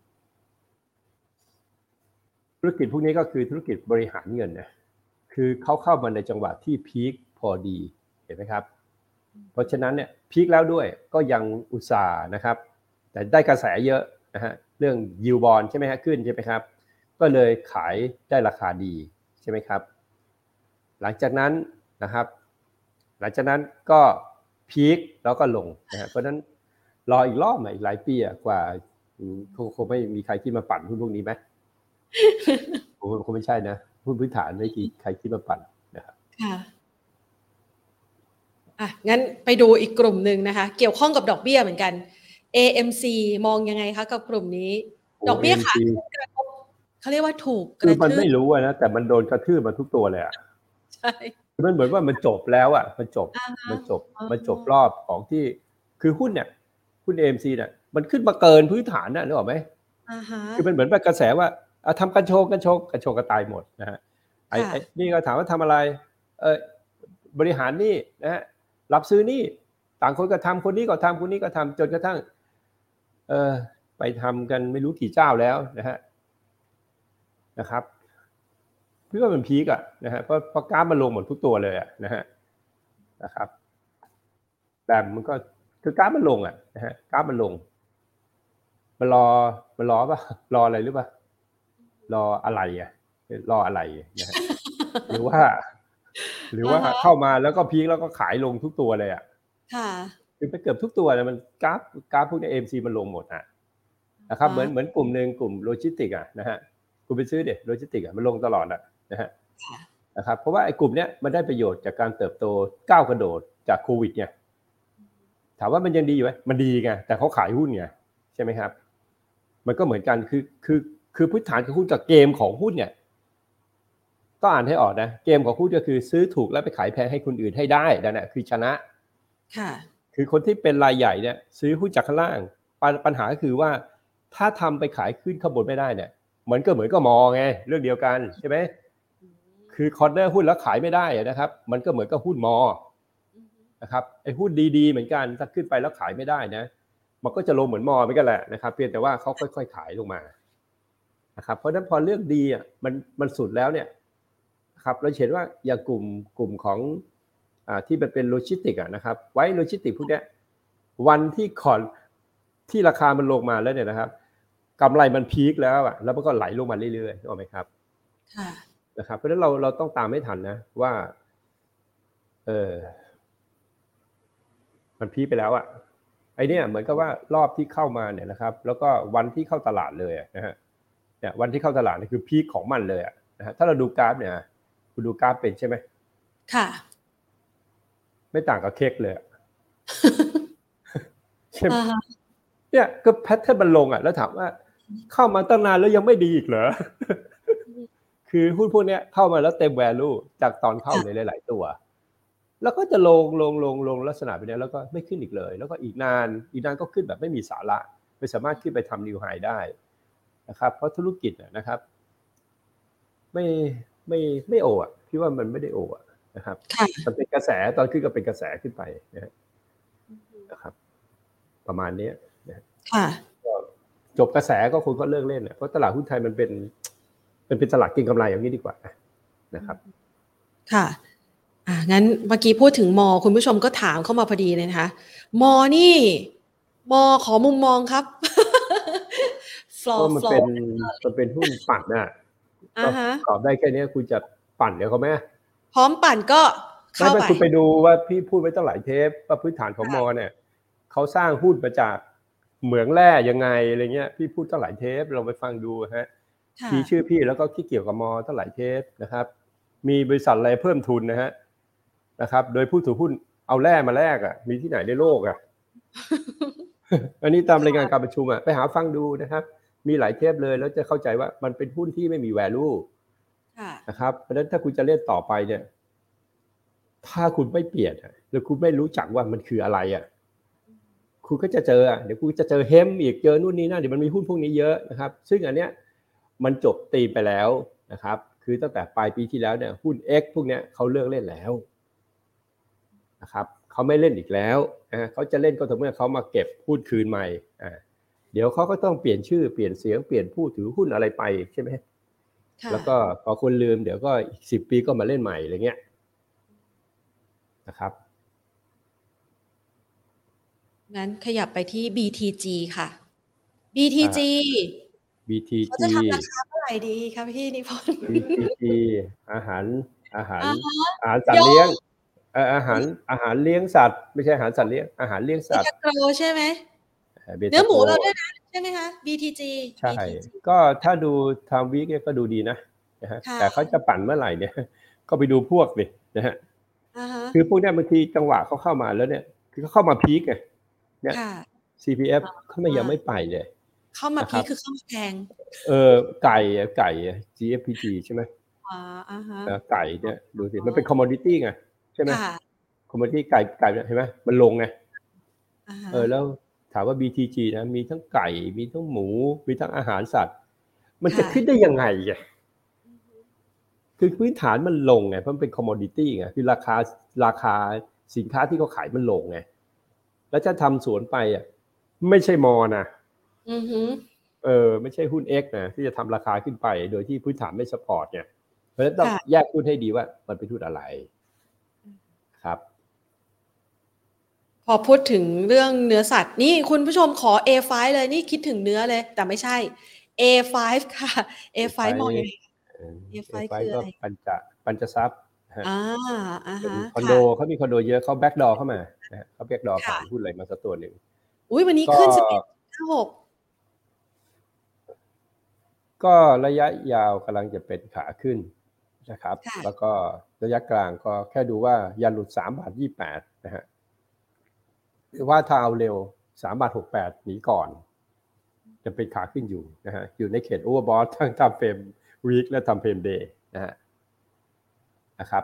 ธุรกิจพวกนี้ก็คือธุรกิจบริหารเงินนะคือเขาเข้ามาในจังหวะที่พีคพอดีเห็นไหมครับเพราะฉะนั้นเนี่ยพีคแล้วด้วยก็ยังอุตส่าห์นะครับแต่ได้กระแสเยอะนะฮะเรื่องยิวบอนด์ใช่ไหมฮะขึ้นใช่ไหมครับก็เลยขายได้ราคาดีใช่ไหมครับหลังจากนั้นนะครับหลังจากนั้นก็พีคแล้วก็ลงนะฮะเพราะฉะนั้นรออีกรอบอีกหลายปีกว่าคงไม่มีใครคิดมาปั่นหุ้นพวกนี้ไหมคงไม่ใช่นะหุ้นพื้นฐานไม่กี่ใครคิดมาปั่นนะครับค่ะงั้นไปดูอีกกลุ่มนึงนะคะเกี่ยวข้องกับดอกเบี้ยเหมือนกัน AMC มองยังไงคะกับกลุ่มนี้ดอกเบี้ยขาขึ้นกระทบเขาเรียกว่าถูกกระทืบคือมันไม่รู้นะแต่มันโดนกระทืบมาทุกตัวเลยใช่มันเหมือนว่ามันจบแล้วมันจบรอบของที่คือหุ้นเนี่ยหุ้น AMC เนี่ยมันขึ้นมาเกินพื้นฐานนึกออกไหมคือมันเหมือนว่ากระแสว่าทำกันโชกก็ตายหมดนะฮะไอ้นี่ก็ถามว่าทำอะไรบริหารนี่นะฮะรับซื้อนี่ต่างคนก็ทำคนนี้ก็ทำคนนี้ก็ทำจนกระทั่งไปทำกันไม่รู้กี่เจ้าแล้วนะครับพี่ว่ามันพีกนะฮะเพราะกราฟมันลงหมดทุกตัวเลยนะครับแต่มันก็คือกราฟมันลงนะฮะกราฟมันลงมันรอป่ะรออะไรหรือเปล่ารออะไรรออะไรนะฮะหรือว่าเข้ามาแล้วก็พีคแล้วก็ขายลงทุกตัวเลยค่ะคือไปเกือบทุกตัวเลยมันกราฟพวกนี้ AMC มันลงหมดนะครับเหมือนกลุ่มนึงกลุ่มโลจิสติกนะฮะคุณไปซื้อเด็ดโลจิสติกมันลงตลอดนะฮะนะครับเพราะว่าไอ้กลุ่มเนี้ยมันได้ประโยชน์จากการเติบโตก้าวกระโดดจากโควิดไงถามว่ามันยังดีอยู่ไหมมันดีไงแต่เขาขายหุ้นไงใช่ไหมครับมันก็เหมือนกันคือพื้นฐานของหุ้นกับเกมของหุ้นเนี่ยต้องอ่านให้ออกนะเกมของหุ้นก็คือซื้อถูกแล้วไปขายแพงให้คนอื่นให้ได้นั่นแหละคือชนะค่ะคือคนที่เป็นรายใหญ่เนี่ยซื้อหุ้นจากข้างล่างปัญหาก็คือว่าถ้าทำไปขายขึ้นข้างบนไม่ได้เนี่ยมันก็เหมือนก็มอไงเรื่องเดียวกันใช่ไหมคือคอร์เนอร์หุ้นแล้วขายไม่ได้นะครับมันก็เหมือนกับหุ้นมอนะครับไอ้หุ้นดีๆเหมือนกันถ้าขึ้นไปแล้วขายไม่ได้นะมันก็จะลงเหมือนมอเหมือนกันแหละนะครับเพียงแต่ว่าเขาค่อยๆขายลงมานะครับเพราะฉะนั้นพอเรื่องดีมันสุดแล้วเนี่ยครับเราเห็นว่าอย่างกลุ่มของที่มันเป็นโลจิสติกนะครับไว้โลจิสติกพวกนี้วันที่ที่ราคามันลงมาแล้วเนี่ยนะครับกำไรมันพีคแล้วแล้วมันก็ไหลลงมาเรื่อยๆถูกไหมครับค่ะนะครับเพราะฉะนั้นเราต้องตามให้ทันนะว่ามันพีคไปแล้วไอ้นี่เหมือนกับว่ารอบที่เข้ามาเนี่ยนะครับแล้วก็วันที่เข้าตลาดเลยนะฮะเนี่ยวันที่เข้าตลาดนี่คือพีคของมันเลยนะฮะถ้าเราดูกราฟเนี่ยคุณดูกราฟเป็นใช่ไหมค่ะไม่ต่างกับเค้กเลยใช่ไหมเนี่ยก็แพทเทิร์นมันลงแล้วถามว่าเข้ามาตั้งนานแล้วยังไม่ดีอีกเหรอคือหุ้นพวกนี้เข้ามาแล้วเต็ม value จากตอนเข้าในหลายๆตัวแล้วก็จะลงลักษณะแบบนี้แล้วก็ไม่ขึ้นอีกเลยแล้วก็อีกนานก็ขึ้นแบบไม่มีสาระไม่สามารถขึ้นไปทำ new high ได้นะครับเพราะธุรกิจนะครับไม่โอพี่ว่ามันไม่ได้โอนะครับมันเป็นกระแสตอนขึ้นก็เป็นกระแสขึ้นไปนะครับประมาณนี้ค่ะจบกระแสก็คนก็เลิกเล่นเพราะตลาดหุ้นไทยมันเป็นตลาดเก็งกำไรอย่างนี้ดีกว่านะครับค่ะงั้นเมื่อกี้พูดถึงมอคุณผู้ชมก็ถามเข้ามาพอดีเลยนะคะมอนี่มอขอมุมมองครับก็มันเป็นหุ้นปั่นก็ตอบได้แค่นี้คุณจะปั่นเดี๋ยวเขาไหมพร้อมปั่นก็เข้าไปคุณไปดูว่าพี่พูดไว้ตั้งหลายเทปว่าพื้นฐานของมอเนี่ยเขาสร้างหุ้นมาจากเหมืองแร่ยังไงอะไรเงี้ยพี่พูดตั้งหลายเทปเราไปฟังดูมีชื่อพี่แล้วก็ที่เกี่ยวกับมอเท่าไหร่เทปนะครับมีบริษัทอะไรเพิ่มทุนนะครับโดยผู้ถือหุ้นเอาแร่มาแลกมีที่ไหนในโลกอันนี้ตามรายงานการประชุมไปหาฟังดูนะครับมีหลายเทปเลยแล้วจะเข้าใจว่ามันเป็นหุ้นที่ไม่มี value นะครับเพราะฉะนั้นถ้าคุณจะเล่นต่อไปเนี่ยถ้าคุณไม่เปลี่ยนแล้วคุณไม่รู้จักว่ามันคืออะไรคุณก็จะเจอเดี๋ยวคุณจะเจอเฮมอีกเจอนู่นนี่นั่นเดี๋ยวมันมีหุ้นพวกนี้เยอะนะครับซึ่งอันเนี้ยมันจบตีไปแล้วนะครับคือตั้งแต่ปลายปีที่แล้วเนี่ยหุ้น X พวกเนี้ยเขาเลิกเล่นแล้วนะครับเขาไม่เล่นอีกแล้วเขาจะเล่นก็ต่อเมื่อเขามาเก็บหุ้นคืนใหม่เดี๋ยวเขาก็ต้องเปลี่ยนชื่อเปลี่ยนเสียงเปลี่ยนผู้ถือหุ้นอะไรไปใช่ไหมแล้วก็พอคนลืมเดี๋ยวก็อีก10 ปีก็มาเล่นใหม่อะไรเงี้ยนะครับงั้นขยับไปที่ BTG ค่ะ BTG เขาจะทำราคาเท่าไหร่ดีคะพี่นิพนธ์ BTG อาหารสัตว์เลี้ยงอาหารเลี้ยงสัตว์ไม่ใช่อาหารสัตว์เลี้ยงอาหารเลี้ยงสัตว์โกรใช่ไหมเนื้อหมูเราด้วยนะใช่ไหมคะ BTG ใช่ก็ถ้าดูไทม์วีคก็ดูดีนะฮะแต่เขาจะปั่นเมื่อไหร่เนี่ยก็ไปดูพวกดินะฮะคือพวกนี้บางทีจังหวะเขาเข้ามาแล้วเนี่ยคือเขาเข้ามาพีคไงเนี่ย CPF เขายังไม่ไปเลยเข้ามาพีคคือเข้ามาแพงไก่ GFPG ใช่ไหมไก่เนี่ยดูสิมันเป็นคอมมอดิตี้ไงใช่ไหมคอมมอดิตี้ไก่เห็นไหมมันลงไงแล้วถามว่า BTG นะมีทั้งไก่มีทั้งหมูมีทั้งอาหารสัตว์มันจะขึ้นได้ยังไงคือพื้นฐานมันลงไงเพราะมันเป็นคอมมอดิตี้ไงคือราคาสินค้าที่เขาขายมันลงไงแล้วจะทำสวนไปไม่ใช่มอนะไม่ใช่หุ้น X นะที่จะทำราคาขึ้นไปโดยที่พื้นฐานไม่ซัพพอร์ตเนี่ยเพราะฉะนั้นต้องแยกหุ้นให้ดีว่ามันเป็นหุ้นอะไรครับพอพูดถึงเรื่องเนื้อสัตว์นี่คุณผู้ชมขอ A5 เลยนี่คิดถึงเนื้อเลยแต่ไม่ใช่ A5 ค่ะ A5 มองยังไง A5 คืออะไรปัญจทรัพย์คอนโดเขามีคอนโดเยอะเขาแบ็กดอร์เข้ามาเขาแบ็กดอร์ผ่านหุ้นอะไรมาสักตัวหนึ่งวันนี้ขึ้น 11.56 ก็ระยะยาวกำลังจะเป็นขาขึ้นนะครับแล้วก็ระยะกลางก็แค่ดูว่าอย่าหลุด3.28 นะฮะหรือว่าถ้าเอาเร็ว3.68 หนีก่อนจะเป็นขาขึ้นอยู่นะฮะอยู่ในเขตโอเวอร์บอททั้งทำเฟรมวีคและทำเฟรมเดย์นะครับ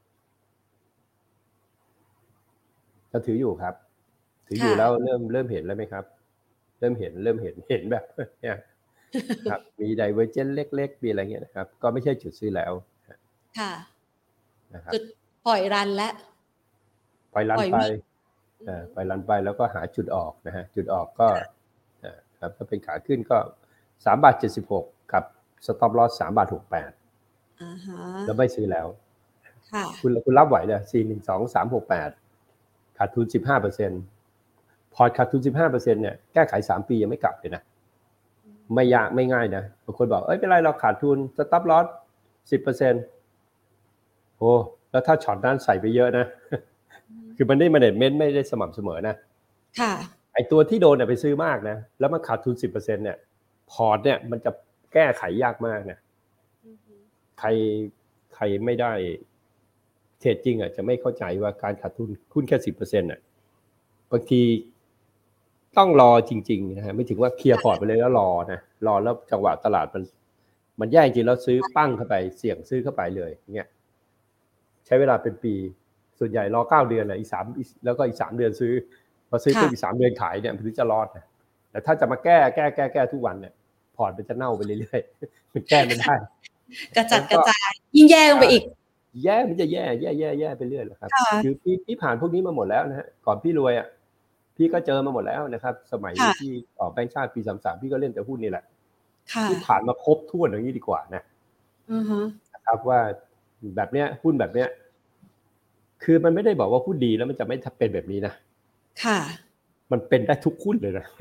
ก็ถืออยู่ครับถืออยู่แล้วเริ่มเห็นแล้วไหมครับเริ่มเห็นแบบเนี่ยครับมีไดเวอร์เจนเล็กๆมีอะไรเงี้ยนะครับก็ไม่ใช่จุดซื้อแล้วค่ะจุดปล่อยรันแล้วปล่อยรันไปแล้วก็หาจุดออกนะฮะจุดออกก็ครับถ้าเป็นขาขึ้นก็3.76 กับสต็อปลอส3.68แล้วไม่ซื้อแล้วคุณรับไหวเลย412,368ขาดทุน 15%พอขาดทุน 15% เนี่ยแก้ไข3 ปียังไม่กลับเลยนะไม่ยากไม่ง่ายนะบางคนบอกไม่เป็นไรเราขาดทุนสต็อปลอส 10% โอ้แล้วถ้าช็อตนั้นใส่ไปเยอะนะคือมันได้แมเนจเมนต์ไม่ได้สม่ำเสมอนะค่ะไอตัวที่โดนไปซื้อมากนะแล้วมันขาดทุน 10% เนี่ยพอร์ตเนี่ยมันจะแก้ไขยากมากนะใครไม่ได้เทรดจริงจะไม่เข้าใจว่าการขาดทุนหุ้นแค่ 10% บางทีต้องรอจริงๆนะฮะไม่ถึงว่าเคลียร์พอร์ตไปเลยแล้วรอแล้วจังหวะตลาดมันแย่จริงแล้วซื้อปั้งเข้าไปเสี่ยงซื้อเข้าไปเลยอย่างเงี้ยใช้เวลาเป็นปีส่วนใหญ่รอ9 เดือนเลยแล้วก็อีก3 เดือนซื้อพอซื้ออีก3 เดือนขายเนี่ยมันถึงจะรอดนะแต่ถ้าจะมาแก้ทุกวันเนี่ยพอร์ตมันจะเน่าไปเรื่อยๆมันแก้ไม่ได้กระจัดกระจายยิ่งแย่ลงไปอีกแย่มันจะแย่ไปเรื่อยๆครับคือพี่ผ่านพวกนี้มาหมดแล้วนะฮะก่อนพี่รวยพี่ก็เจอมาหมดแล้วนะครับสมัยที่ออกแบงก์ชาติปี33พี่ก็เล่นแต่หุ้นนี่แหละที่ผ่านมาครบถ้วนอย่างนี้ดีกว่านะครับว่าแบบเนี้ยหุ้นแบบเนี้ยคือมันไม่ได้บอกว่าหุ้นดีแล้วมันจะไม่เป็นแบบนี้นะค่ะมันเป็นได้ทุกหุ้นเลยนะ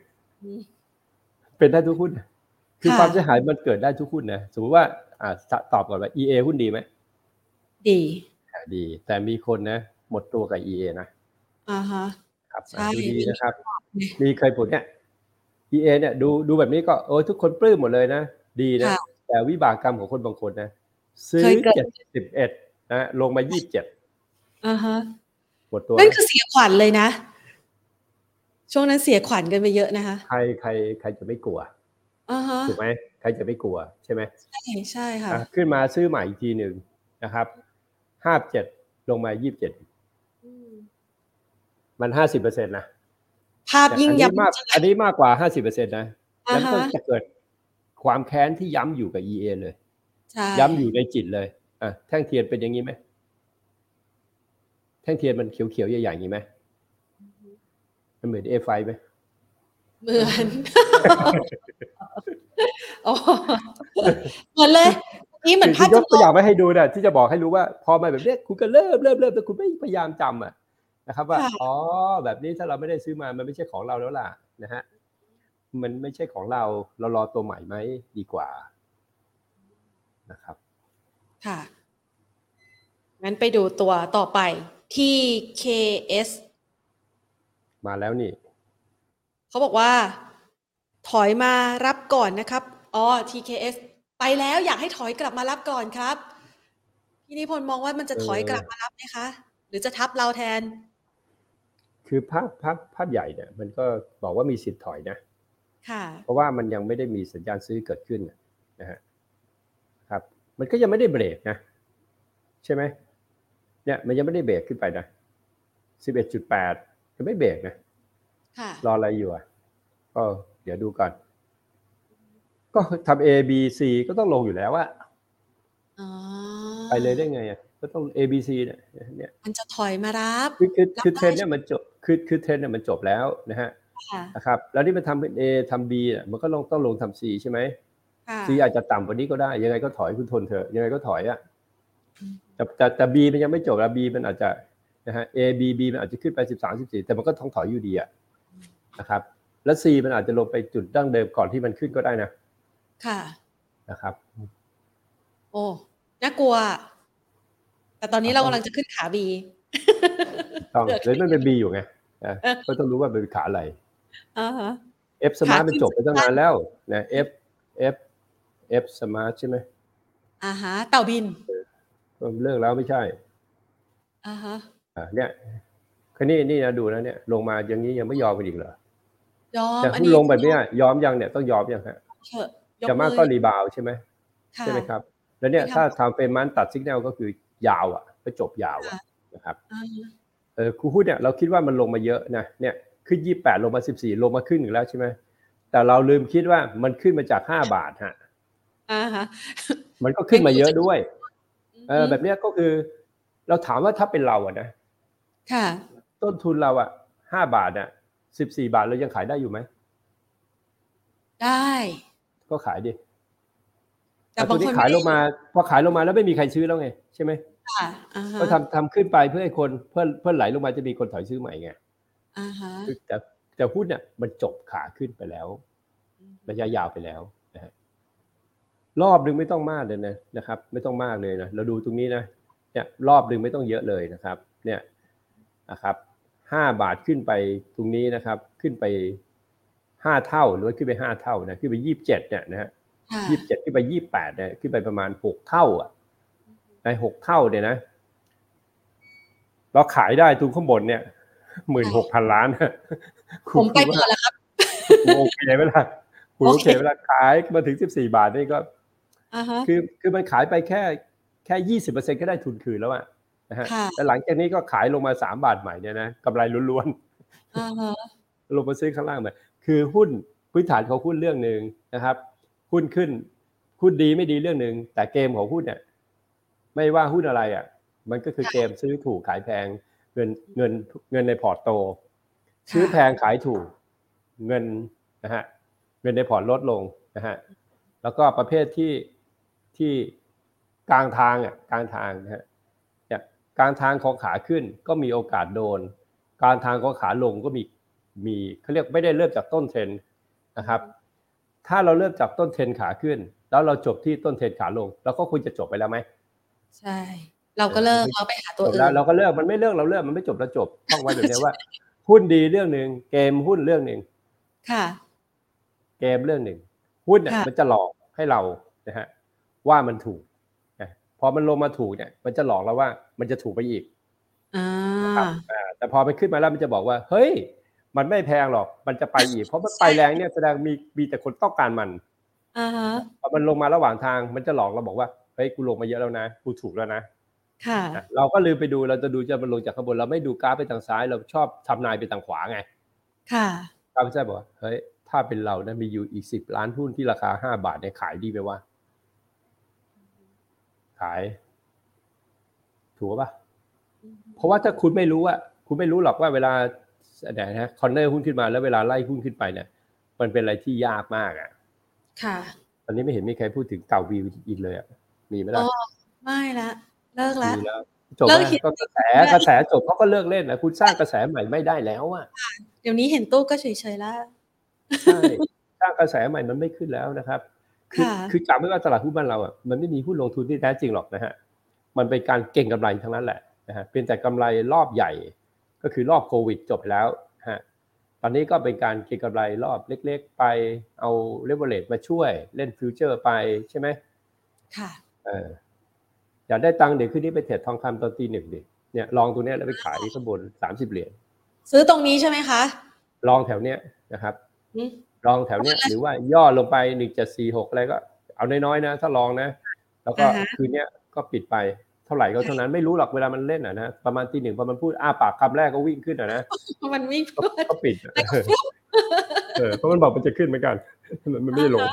เป็นได้ทุกหุ้นคือความเสียหายมันเกิดได้ทุกหุ้นนะสมมติว่าตอบก่อนว่า EA หุ้นดีไหมดีแต่มีคนนะหมดตัวกับ EA นะครับดูดีนะครับมีเคยพูดเนี่ย EA เนี่ยดูแบบนี้ก็ทุกคนปลื้มหมดเลยนะดีนะแต่วิบากกรรมของคนบางคนนะซื้อ71นะลงมา27 ฮะหมดตัวนั่นคือเสียขวัญเลยนะช่วงนั้นเสียขวัญกันไปเยอะนะคะใครจะไม่กลัวถูกไหมใครจะไม่กลัวใช่ไหมใช่ค่ะขึ้นมาซื้อใหม่อีกทีหนึ่งนะครับ57ลงมา27มัน 50% นะภาพยิ่งย้ำอันนี้มากกว่า 50% นะแล้วก็จะเกิดความแค้นที่ย้ำอยู่กับ EA เลยย้ำอยู่ในจิตเลยแท่งเทียนเป็นอย่างนี้ไหมแท่งเทียนมันเขียวๆใหญ่ๆอย่างนี้ไหมมันเหมือน A5 ไหมเหมือนเหมือนเลยนี่เหมือนภาพยกตัวอย่างไว้ให้ดูนะที่จะบอกให้รู้ว่าพอมาแบบนี้คุณก็เริ่มแต่คุณไม่พยายามจำนะครับว่าแบบนี้ถ้าเราไม่ได้ซื้อมามันไม่ใช่ของเราแล้วล่ะนะฮะมันไม่ใช่ของเรารอตัวใหม่ไหมดีกว่านะครับค่ะงั้นไปดูตัวต่อไป TKS มาแล้วนี่เขาบอกว่าถอยมารับก่อนนะครับTKS ไปแล้วอยากให้ถอยกลับมารับก่อนครับพี่นิพนธ์มองว่ามันจะถอยกลับมารับไหมคะหรือจะทับเราแทนคือภาพใหญ่เนี่ยมันก็บอกว่ามีสิทธิ์ถอยนะค่ะเพราะว่ามันยังไม่ได้มีสัญญาณซื้อเกิดขึ้นนะฮะครับมันก็ยังไม่ได้เบรกนะใช่ไหมเนี่ยมันยังไม่ได้เบรกขึ้นไปนะ 11.8 ยังไม่เบรกนะรออะไรอยู่ก็เดี๋ยวดูก่อนก็ทำ A B C ก็ต้องลงอยู่แล้วไปเลยได้ไงก็ต้อง A B C เนี่ยมันจะถอยมารับคือเทรนเนี่ยมันจบคือเทรนเนี่ยมันจบแล้วนะครับแล้วที่มันทำเป็น A ทำ B มันก็ต้องลงทำ C ใช่ไหม C อาจจะต่ำกว่านี้ก็ได้ยังไงก็ถอยคุณทนเถอะยังไงก็ถอยแต่ B มันยังไม่จบแล้ว B มันอาจจะนะฮะ A B B มันอาจจะขึ้นไป13-14แต่มันก็ต้องถอยอยู่ดีนะครับแล้ว C มันอาจจะลงไปจุดดั้งเดิมก่อนที่มันขึ้นก็ได้นะค่ะนะครับโอ้น่ากลัวแต่ตอนนี้เรากำลังจะขึ้นขา B ต้องเลยมันเป็น B อยู่ไงก็ต้องรู้ว่าเป็นขาอะไรF Smart มันจบไปตั้งนานแล้วนะ F Smart ใช่ไหมเต่าบินเลิกแล้วไม่ใช่เนี่ยคันนี้นะดูนะเนี่ยลงมาอย่างนี้ยังไม่ยอมกันอีกเหรอยอมแต่คุณลงแบบนี้ยอมยังเนี่ยต้องยอมยังฮะจะมากก็รีบาวใช่ไหมใช่ไหมครับแล้วเนี่ยถ้าทำเป็นมันตัดสัญญาณก็คือยาวก็จบยาวนะครับครูพูดเนี่ยเราคิดว่ามันลงมาเยอะนะเนี่ยขึ้น28ลงมา14ลงมาขึ้นอีกแล้วใช่ไหมแต่เราลืมคิดว่ามันขึ้นมาจาก5 บาทมันก็ขึ้นมาเยอะด้วยแบบนี้ก็คือเราถามว่าถ้าเป็นเรานะต้นทุนเรา5 บาท14 บาทเรายังขายได้อยู่ไหมได้ก็ขายดิแต่บางคนขายลงมาพอขายลงมาแล้วไม่มีใครซื้อแล้วไงใช่ไหมก็ทำขึ้นไปเพื่อให้คนเพื่อไหลลงมาจะมีคนถอยซื้อใหม่ไงแต่หุ้นเนี่ยมันจบขาขึ้นไปแล้วระยะยาวไปแล้วนะฮะรอบนึงไม่ต้องมากเลยนะครับไม่ต้องมากเลยนะเราดูตรงนี้นะเนี่ยรอบนึงไม่ต้องเยอะเลยนะครับเนี่ยนะครับ5 บาทขึ้นไปตรงนี้นะครับขึ้นไป5 เท่าหรือขึ้นไป5 เท่านะขึ้นไป27เนี่ยนะฮะ27ขึ้นไป28เนี่ยขึ้นไปประมาณ6 เท่าใน6 เท่าเนี่ยนะเราขายได้ตรงข้างบนเนี่ย 16,000 ล้านผมไปก่อนแล้วครับโอเคไหมล่ะคุณโอเคเวลาขายมาถึง14 บาทนี่ก็คือมันขายไปแค่ 20% ก็ได้ทุนคืนแล้วนะฮะแต่หลังจากนี้ก็ขายลงมา3 บาทใหม่เนี่ยนะกำไรล้วนๆลงมาซื้อข้างล่างใหม่คือหุ้นพื้นฐานของหุ้นเรื่องนึงนะครับหุ้นขึ้นหุ้นดีไม่ดีเรื่องนึงแต่เกมของหุ้นเนี่ยไม่ว่าหุ้นอะไรมันก็คือเกมซื้อถูกขายแพงเงินในพอร์ตโตซื้อแพงขายถูกเงินนะฮะเงินในพอร์ตลดลงนะฮะแล้วก็ประเภทที่กลางทางนะฮะกลางทางของขาขึ้นก็มีโอกาสโดนกลางทางของขาลงก็มีเขาเรียกไม่ได้เริ่มจากต้นเทรนนะครับถ้าเราเริ่มจากต้นเทรนขาขึ้นแล้วเราจบที่ต้นเทรนขาลงเราก็ควรจะจบไปแล้วไหมใช่เราก็เลิกเราไปหาตัวอื่นเราก็เลิกมันไม่เลิกเราเลิกมันไม่จบเราจบท่องไว้แบบนี้ว่าหุ้นดีเรื่องนึงเกมหุ้นเรื่องนึงค่ะเกมเรื่องนึงหุ้นเนี่ยมันจะหลอกให้เรานะฮะว่ามันถูกนะพอมันลงมาถูกเนี่ยมันจะหลอกเราว่ามันจะถูกไปอีกนะครับแต่พอไปขึ้นมาแล้วมันจะบอกว่าเฮ้ยมันไม่แพงหรอกมันจะไปอีกเพราะมันไปแรงเนี่ยแสดงมีแต่คนต้องการมันพอมันลงมาระหว่างทางมันจะหลอกเราบอกว่าเฮ้ยกูลงมาเยอะแล้วนะกูถูกแล้วนะเราก็ลืมไปดูเราจะดูจะมันลงจากข้างบนเราไม่ดูกราฟไปทางซ้ายเราชอบทำนายไปทางขวาไงกราฟจะบอกเฮ้ยถ้าเป็นเรานะมีอยู่อีก10 ล้านหุ้นที่ราคา5 บาทเนี่ยขายดีไหมวะขายถูกป่ะเพราะว่าถ้าคุณไม่รู้ว่าคุณไม่รู้หรอกว่าเวลานะคอร์เนอร์หุ้นขึ้นมาแล้วเวลาไล่หุ้นขึ้นไปเนี่ยมันเป็นอะไรที่ยากมากอ่ะค่ะตอนนี้ไม่เห็นมีใครพูดถึงเต่าวีอีกเลยอ่ะมีไหมล่ะไม่ละเลิกแล้วจบแล้วก็กระแสจบเขาก็เลิกเล่นนะคุณสร้างกระแสใหม่ไม่ได้แล้วอ่ะเดี๋ยวนี้เห็นตู้ก็เฉยๆแล้วใช่สร้างกระแสใหม่มันไม่ขึ้นแล้วนะครับคือจำไว้ว่าตลาดหุ้นบ้านเราอ่ะมันไม่มีหุ้นลงทุนที่แท้จริงหรอกนะฮะมันเป็นการเก็งกำไรทั้งนั้นแหละนะฮะเป็นแต่กำไรรอบใหญ่ก็คือรอบโควิดจบไปแล้วฮะตอนนี้ก็เป็นการเก็งกำไรรอบเล็กๆไปเอาเลเวอเรจมาช่วยเล่นฟิวเจอร์ไปใช่ไหมค่ะอยากได้ตังค์เดี๋ยวคืนนี้ไปเทรดทองคำตอนตี 1ดิเนี่ยลองตัวเนี้ยแล้วไปขายข้างบน30 เหรียญซื้อตรงนี้ใช่ไหมคะลองแถวเนี้ยนะครับลองแถวเนี้ยหรือว่าย่อลงไป1746อะไรก็เอาน้อยๆนะถ้าลองนะแล้วก็คืนเนี้ยก็ปิดไปเท่าไหร่ก็เท่านั้นไม่รู้หรอกเวลามันเล่นนะประมาณตี 1พอมันพูดปากคำแรกก็วิ่งขึ้นนะมันวิ่งก็ปิดเพราะมันบอกมันจะขึ้นเหมือนกันมันไม่ได้ลง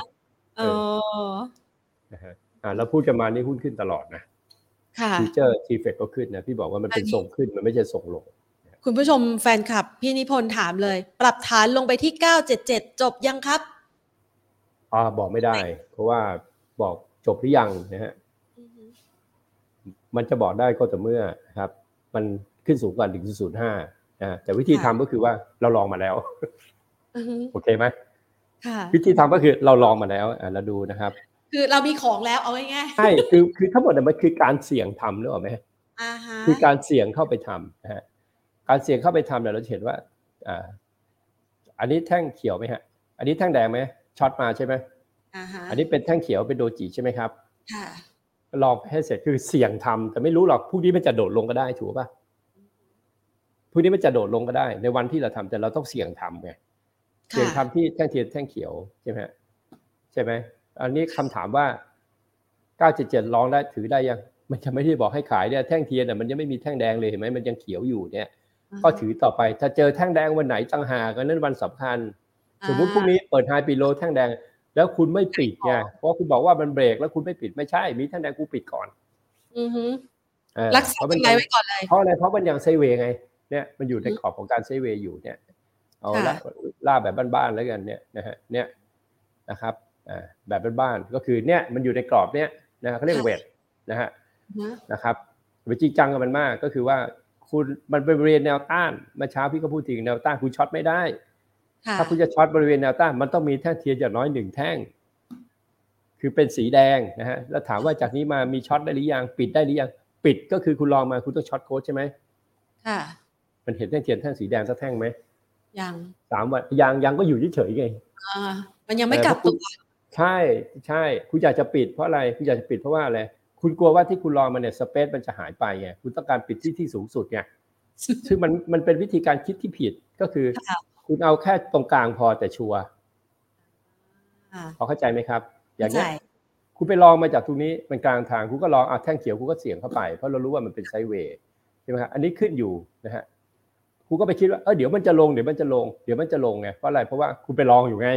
แล้วพูดกันมานี่หุ้นขึ้นตลอดนะฟิวเจอร์ทีเฟกก็ขึ้นนะพี่บอกว่ามันเป็นส่งขึ้นมันไม่ใช่ส่งลงคุณผู้ชมแฟนคลับพี่นิพนธ์ถามเลยปรับฐานลงไปที่977จบยังครับบอกไม่ได้เพราะว่าบอกจบหรือยังนะฮะมันจะบอกได้ก็แต่เมื่อนะครับมันขึ้นสูงกว่า 1.05 นะแต่วิธีทำก็คือว่าเราลองมาแล้วโอเคไหมวิธีทำก็คือเราลองมาแล้วเราดูนะครับคือเรามีของแล้วเอาง่ายๆใช่คือทั้งหมดมันคือการเสี่ยงทำหรือเปล่าไหมคือการเสี่ยงเข้าไปทำนะฮะการเสี่ยงเข้าไปทำเนี่ยเราเห็นว่าอันนี้แท่งเขียวไหมฮะอันนี้แท่งแดงไหมช็อตมาใช่ไหมอันนี้เป็นแท่งเขียวเป็นโดจิใช่ไหมครับลองให้เสร็จคือเสี่ยงทำแต่ไม่รู้หรอกพรุ่งนี้มันจะโดดลงก็ได้ถูกป่ะพรุ่งนี้มันจะโดดลงก็ได้ในวันที่เราทำแต่เราต้องเสี่ยงทำไงเสี่ยงทำที่แท่งเทียนแท่งเขียวใช่ไหมใช่ไหมอันนี้คำถามว่า977ลองได้ถือได้ยังมันจะไม่ได้บอกให้ขายเนี่ยแท่งเทียนมันยังไม่มีแท่งแดงเลยเห็นไหมมันยังเขียวอยู่เนี่ยก็ถือต่อไปถ้าเจอแท่งแดงวันไหนต่างหากก็นั่นวันสำคัญสมมุติพรุ่งนี้เปิดไฮปีโลแท่งแดงแล้วคุณไม่ปิดไงเพราะคุณบอกว่ามันเบรกแล้วคุณไม่ปิดไม่ใช่มีแท่งแดงกูปิดก่อนรักษาไว้ก่อนเลยเพราะอะไรเพราะมันยังไซด์เวย์ไงเนี่ยมันอยู่ในขอบของการไซด์เวย์อยู่เนี่ยเอาล่าแบบบ้านๆแล้วกันเนี่ยนะฮะเนี่ยนะครับแบบบ้านๆก็คือเนี่ยมันอยู่ในกรอบเนี่ยนะเขาเรียกเวทนะฮะนะครับวิจริงจังกับมันมากก็คือว่าคุณมันเป็นบริเวณแนวต้านเมื่อเช้าพี่ก็พูดถึงแนวต้านคุณช็อตไม่ได้ถ้าคุณจะช็อตบริเวณแนวต้านมันต้องมีแท่งเทียนอย่างน้อย1แท่งคือเป็นสีแดงนะฮะแล้วถามว่าจากนี้มามีช็อตได้หรือยังปิดได้หรือยังปิดก็คือคุณลองมาคุณต้องช็อตโค้ดใช่ไหมค่ะมันเห็นแท่งเทียนแท่งสีแดงสักแท่งไหมยัง 3 วันยังก็อยู่เฉยๆไงมันยังไม่กลับตัวใช่คุณอยากจะปิดเพราะอะไรคุณอยากจะปิดเพราะว่าอะไรคุณกลัวว่าที่คุณรอมาเนี่ยสเปซมันจะหายไปไงคุณต้องการปิดที่สูงสุดไงซึ่งมันเป็นวิธีการคิดที่ผิดก็คือคุณเอาแค่ตรงกลางพอแต่ชัวร์พอเข้าใจไหมครับอย่างนี้คุณไปลองมาจากตรงนี้มันกลางทางคุณก็ลองแท่งเขียวคุณก็เสี่ยงเข้าไปเพราะเรารู้ว่ามันเป็นไซด์เวย์ใช่ไหมครับอันนี้ขึ้นอยู่นะฮะคุณก็ไปคิดว่าเดี๋ยวมันจะลงไงเพราะอะไรเพราะว่าคุณไปลองอยู่ไง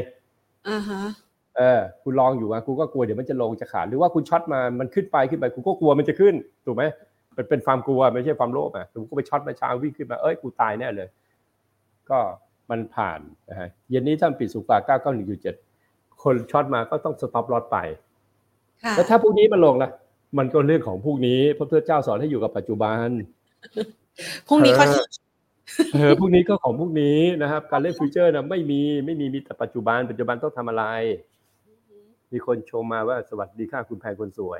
คุณลองอยู่คุณก็กลัวเดี๋ยวมันจะลงจะขาดหรือว่าคุณช็อตมามันขึ้นไปคุณก็กลัวมันจะขึ้นถูกไหมมันเป็นความกลัวไม่ใช่ความโลภคุณก็ไปช็อตมาเช้าวิ่งขึ้นมากูตายแน่เลยก็มันผ่านนะฮะเย็นนี้ถ้าปิดสูงกว่า 991.7 คนช็อตมาก็ต้องสต็อปลอสไปแล้วถ้าพวกนี้มันลงล่ะมันก็เรื่องของพวกนี้พระพุทธเจ้าสอนให้อยู่กับปัจจุบันพรุ่งนี้ค่อยพวกนี้ก็ของพวกนี้นะครับการเล่นฟิวเจอร์นะไม่มีแต่ปัจจุบันต้องทำอะไรมีคนชมมาว่าสวัสดีค่ะคุณแพรคนสวย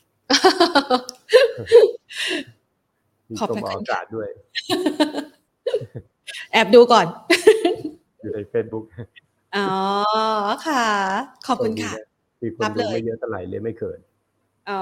มีชมอากาศด้วยแอบดูก่อนอยู่ใน Facebook อ๋อค่ะขอบคุณค่ะมีคนดูไม่เยอะเท่าไหร่เลยไม่เกินอ๋อ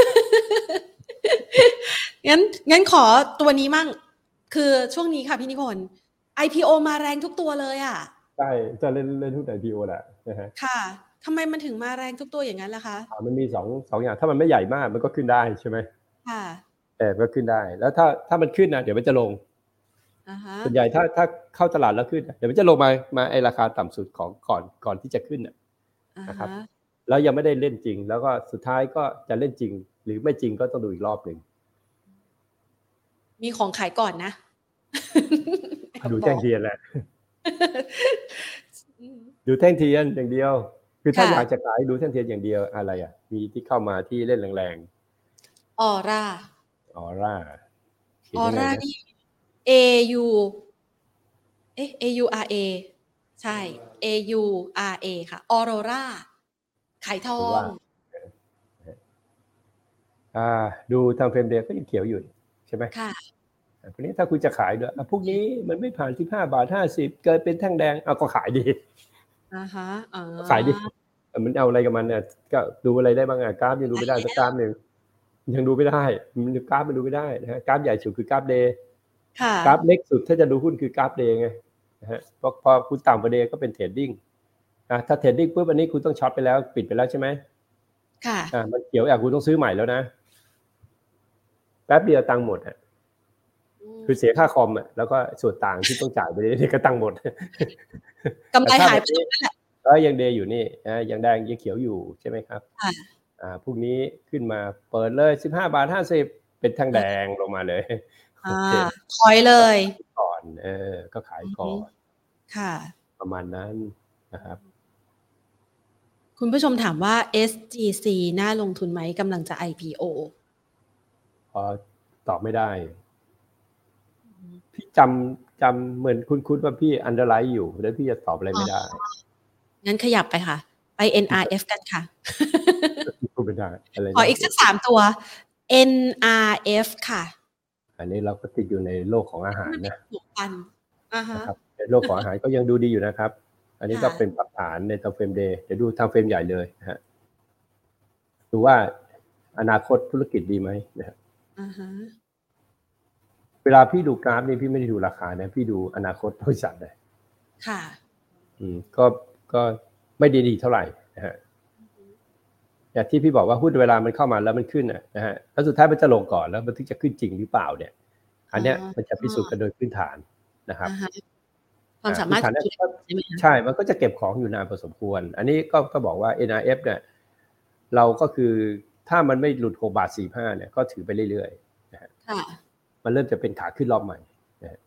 งั้นขอตัวนี้มั่งคือช่วงนี้ค่ะพี่นิพนธ์ IPO มาแรงทุกตัวเลยอ่ะใช่จะเล่นหุ้น IPO แหละนะฮะค่ะทำไมมันถึงมาแรงทุกตัวอย่างนั้นล่ะคะมันมีสองอย่างถ้ามันไม่ใหญ่มากมันก็ขึ้นได้ใช่ไหมค่ะแต่ก็ขึ้นได้แล้วถ้ามันขึ้นนะเดี๋ยวมันจะลงส่วนใหญ่ถ้าเข้าตลาดแล้วขึ้นเดี๋ยวมันจะลงมาไอราคาต่ำสุดของก่อนที่จะขึ้นนะครับแล้วยังไม่ได้เล่นจริงแล้วก็สุดท้ายก็จะเล่นจริงหรือไม่จริงก็ต้องดูอีกรอบหนึ่งมีของขายก่อนนะดูแท่งเทียนแหละดูแท่งเทียนอย่างเดียวคือถ้าอยากจะขายดูแท่งเทียนอย่างเดียวอะไรมีที่เข้ามาที่เล่นแรงๆออร่านี่ AURA ใช่ AURA ค่ะออโรราขายทองดูทางเฟรมเดย์ก็ยังเขียวอยู่ใช่ไหมค่ะพวกนี้ถ้าคุณจะขายด้วยพวกนี้มันไม่ผ่าน15.50เกิดเป็นแท่งแดงก็ขายดีขายดีมันเอาอะไรกับมันเนี่ยก็ดูอะไรได้บ้างกราฟยังดูไม่ได้สักกราฟนึงยังดูไม่ได้มันกราฟมันดูไม่ได้นะฮะกราฟใหญ่สุดคือกราฟเดย์กราฟเล็กสุดถ้าจะดูหุ้นคือกราฟเดย์ไงนะฮะพอคุณต่ำกว่าเดย์ก็เป็นเทรดดิ้งถ้าเทรดดิ้งปุ๊บอันนี้คุณต้องช็อตไปแล้วปิดไปแล้วใช่ไหมค่ะมันเขียวคุณต้องซื้อใหม่แล้วนะแป๊บเดียวตังค์หมดคือเสียค่าคอมแล้วก็ส่วนต่างที่ต้องจ่ายไปนี่ก็ตังค์หมดกำไรหายไปตรงนั้นแหละยังเดย์อยู่นี่ยังแดงยังเขียวอยู่ใช่ไหมครับพวกนี้ขึ้นมาเปิดเลย15.50เป็นทางแดงลงมาเลยถอยเลยก่อนก็ขายก่อนค่ะประมาณนั้นนะครับคุณผู้ชมถามว่า SGC น่าลงทุนไหมกำลังจะ IPO ตอบไม่ได้พี่จำเหมือนคุ้นว่าพี่อันเดอร์ไลน์อยู่แล้วพี่จะตอบอะไรไม่ได้งั้นขยับไปค่ะไป NRF กันค่ะพูดไม่ได้อะไรขออีกสัก3ตัว NRF ค่ะอันนี้เราก็ติดอยู่ในโลกของอาหารนะนะครับในโลกของอาหารก็ยังดูดีอยู่นะครับอันนี้ก็เป็นปรับฐานในทางเฟรมเดย์เดี๋ยวดูทางเฟรมใหญ่เลยนะฮะดูว่าอนาคตธุรกิจดีไหมนะครับเวลาพี่ดูกราฟนี่พี่ไม่ได้ดูราคานะพี่ดูอนาคตบริษัทเลยค่ะก็ไม่ดีเท่าไหร่นะฮะอย่างที่พี่บอกว่าหุ้นเวลามันเข้ามาแล้วมันขึ้นนะฮะแล้วสุดท้ายมันจะลงก่อนแล้วมันถึงจะขึ้นจริงหรือเปล่าเนี่ยอันเนี้ยมันจะพิสูจน์กันโดยพื้นฐานนะครับความสามารถใช่มันก็จะเก็บของอยู่นานพอสมควรอันนี้ก็บอกว่า NRF เนี่ยเราก็คือถ้ามันไม่หลุด6.45 เนี่ยก็ถือไปเรื่อยๆนะฮะมันเริ่มจะเป็นขาขึ้นรอบใหม่นะ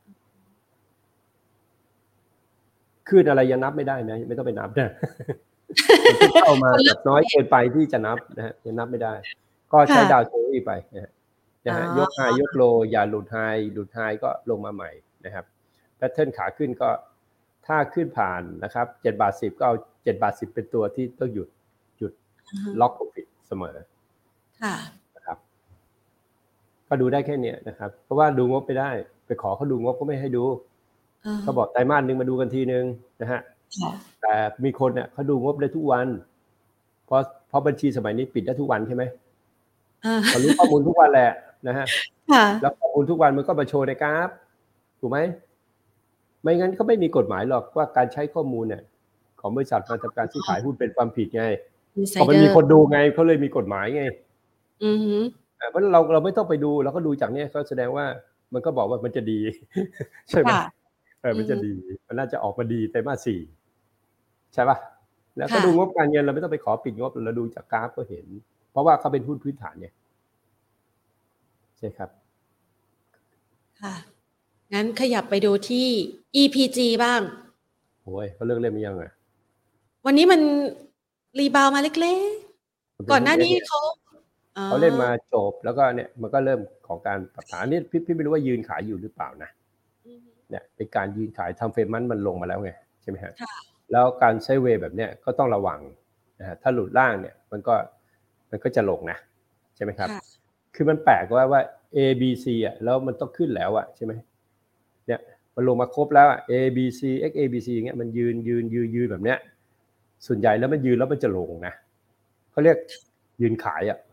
ขึ้นอะไรยังนับไม่ได้นะไม่ต้องไปนับนะเข้ามาแบบน้อยเกินไปที่จะนับนะฮะยังนับไม่ได้ก็ใช้ดาวโจนส์ไปนะฮะยกไฮยกโลอย่าหลุดไฮก็ลงมาใหม่นะครับแพทเทิร์นขาขึ้นก็ถ้าขึ้นผ่านนะครับ7.10ก็เอา7.10เป็นตัวที่ต้องหยุดล็อกโปรฟิตเสมอนะครับก็ดูได้แค่นี้นะครับเพราะว่าดูงบไปได้ไปขอเขาดูงบก็ไม่ให้ดูเขาบอกไตรมาสนึงมาดูกันทีนึงนะฮะแต่มีคนเนี่ยเขาดูงบได้ทุกวันเพราะบัญชีสมัยนี้ปิดได้ทุกวันใช่ไหมเขารู้ข้อมูลทุกวันแหละนะฮะแล้วข้อมูลทุกวันมันก็มาโชว์ในกราฟถูกไหมไม่งั้นก็ไม่มีกฎหมายหรอกว่าการใช้ข้อมูลเนี่ยของบริษัทมาทำการซื้อขายหุ้นเป็นความผิดไงพอมันมีคนดูไงเขาเลยมีกฎหมายไงเพราะเราไม่ต้องไปดูเราก็ดูจากนี้ก็แสดงว่ามันก็บอกว่ามันจะดีใช่ไหมมันจะดีมันน่าจะออกมาดีไตรมาส 4ใช่ป่ะแล้วก็ดูงบการเงินเราไม่ต้องไปขอปิดงบเราดูจากกราฟก็เห็นเพราะว่าเขาเป็นหุ้นพื้นฐานเนี่ยใช่ครับค่ะงั้นขยับไปดูที่ EPG บ้างโอ้ยเขาเลิกเล่นมั้ยยังวันนี้มันรีบาวมาเล็กๆก่อนหน้านี้เขาเล่นมาจบแล้วก็เนี่ยมันก็เริ่มของการปรับฐานนี่พี่ไม่รู้ว่ายืนขายอยู่หรือเปล่านะเนี่ยเป็นการยืนขายทำเฟรมมันลงมาแล้วไงใช่ไหมฮะแล้วการไซด์เวย์แบบเนี้ยก็ต้องระวังนะฮะถ้าหลุดล่างเนี่ยมันก็จะลงนะใช่ไหมครับคือมันแปลกว่า A B C แล้วมันต้องขึ้นแล้วใช่ไหมเนี่ยมันลงมาครบแล้วA B C X A B C อย่างเงี้ยมันยืนแบบเนี้ยส่วนใหญ่แล้วมันยืนแล้วมันจะลงนะเขาเรียกยืนขายอ่ะ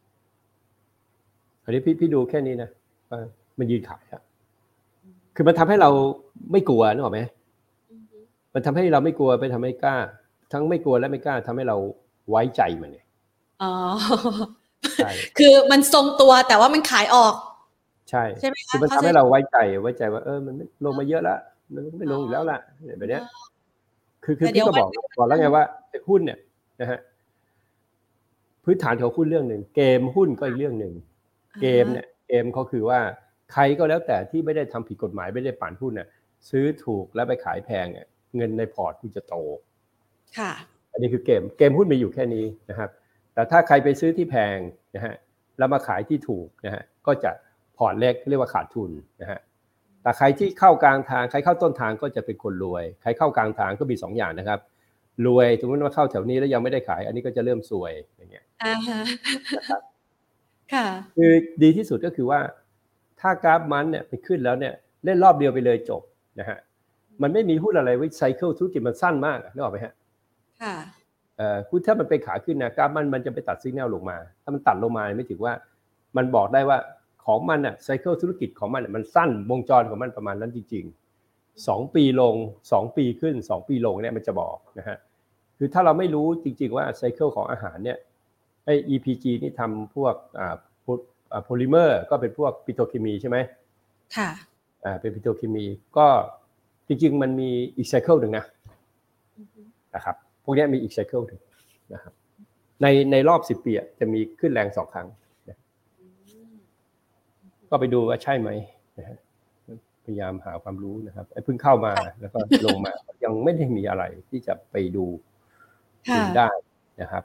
อันนี้พี่ดูแค่นี้นะมันยืนขายอ่ะคือมันทำให้เราไม่กลัวนึกออกไหมมันทำให้เราไม่กลัวไปทำให้กล้าทั้งไม่กลัวและไม่กล้าทำให้เราไว้ใจมันเนี่ยอ๋อใช่คือมันทรงตัวแต่ว่ามันขายออกใช่ใช่ไหมคะคือมันทำให้เราไว้ใจว่ามันลงมาเยอะแล้วมันไม่ลงอีกแล้วล่ะแบบนี้คือพี่ก็บอกแล้วไงว่าหุ้นเนี่ยนะฮะพื้นฐานของหุ้นเรื่องหนึ่งเกมหุ้นก็อีกเรื่องหนึ่งเกมเขาคือว่าใครก็แล้วแต่ที่ไม่ได้ทำผิดกฎหมายไม่ได้ปั่นหุ้นเนี่ยซื้อถูกแล้วไปขายแพงเงินในพอร์ตคุณจะโตค่ะอันนี้คือเกมหุ้นมีอยู่แค่นี้นะครับแต่ถ้าใครไปซื้อที่แพงนะฮะแล้วมาขายที่ถูกนะฮะก็จะพอร์ตเล็กเรียกว่าขาดทุนนะฮะแต่ใครที่เข้ากลางทางใครเข้าต้นทางก็จะเป็นคนรวยใครเข้ากลางทางก็มี2อย่างนะครับรวยสมมติว่าเข้าแถวนี้แล้วยังไม่ได้ขายอันนี้ก็จะเริ่มซวยอย่างเงี้ยนะครับค่ะคือดีที่สุดก็คือว่าถ้ากราฟมันเนี่ยไปขึ้นแล้วเนี่ยเล่นรอบเดียวไปเลยจบนะฮะมันไม่มีหุ้นอะไรไว้ไซเคิลธุรกิจมันสั้นมากนึกออกไหมฮะค่ะหุ้นถ้ามันเป็นขาขึ้นนะกราฟมันจะไปตัดสัญญาณลงมาถ้ามันตัดลงมาไม่ถือว่ามันบอกได้ว่าของมันอ่ะไซเคิลธุรกิจของมันสั้นวงจรของมันประมาณนั้นจริงๆ2ปีลง2ปีขึ้น2ปีลงเนี่ยมันจะบอกนะฮะคือถ้าเราไม่รู้จริงๆว่าไซเคิลของอาหารเนี่ยไอ้ EPG นี่ทำพวกโพลิเมอร์ก็เป็นพวกปิโตรเคมีใช่ไหมค่ะเป็นปิโตรเคมีก็จริงๆมันมีอีกไซเคิลหนึ่งนะครับพวกนี้มีอีกไซเคิลหนึ่งนะครับในรอบ10ปีจะมีขึ้นแรง2ครั้งก็ไปดูว่าใช่ไหมนะฮะพยายามหาความรู้นะครับเพิ่งเข้ามาแล้วก็ลงมายังไม่ได้มีอะไรที่จะไปดูได้นะครับ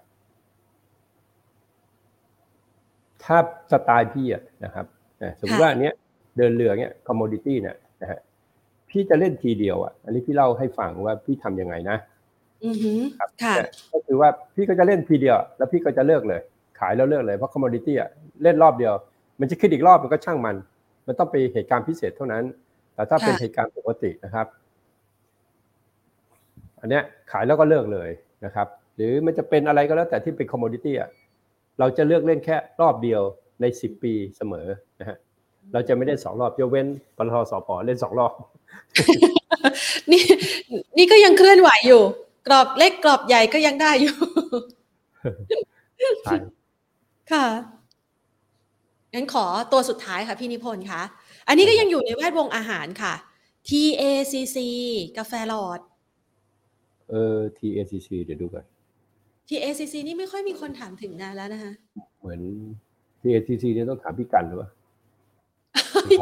ถ้าสไตล์พี่นะครับสมมติว่าอันเนี้ยเดินเรือเนี้ยคอมโมดิตี้เนี่ยนะฮะพี่จะเล่นทีเดียวอันนี้พี่เล่าให้ฟังว่าพี่ทำยังไงนะครับค่ะก็คือว่าพี่ก็จะเล่นทีเดียวแล้วพี่ก็จะเลิกเลยขายแล้วเลิกเลยเพราะคอมโมดิตี้เล่นรอบเดียวมันจะขึ้นอีกรอบมันก็ช่างมันต้องไปเหตุการณ์พิเศษเท่านั้นแต่ถ้าเป็นเหตุการณ์ปกตินะครับอันเนี้ยขายแล้วก็เลิกเลยนะครับหรือมันจะเป็นอะไรก็แล้วแต่ที่เป็นคอมโมดิตี้เราจะเลือกเล่นแค่รอบเดียวใน10ปีเสมอนะฮะเราจะไม่ได้2รอบยกเว้นปตท.สผ.เล่น2รอบนี่ก็ยังเคลื่อนไหวอยู่กรอบเล็กกรอบใหญ่ก็ยังได้อยู่ใช่ค่ะงั้นขอตัวสุดท้ายค่ะพี่นิพนธ์คะอันนี้ก็ยังอยู่ในแวดวงอาหารค่ะ TACC กาแฟหลอด TACC เดี๋ยวดูก่อน TACC นี่ไม่ค่อยมีคนถามถึงนานแล้วนะคะเหมือน TACC เนี่ยต้องถามพี่กันหรือเปล่าพี่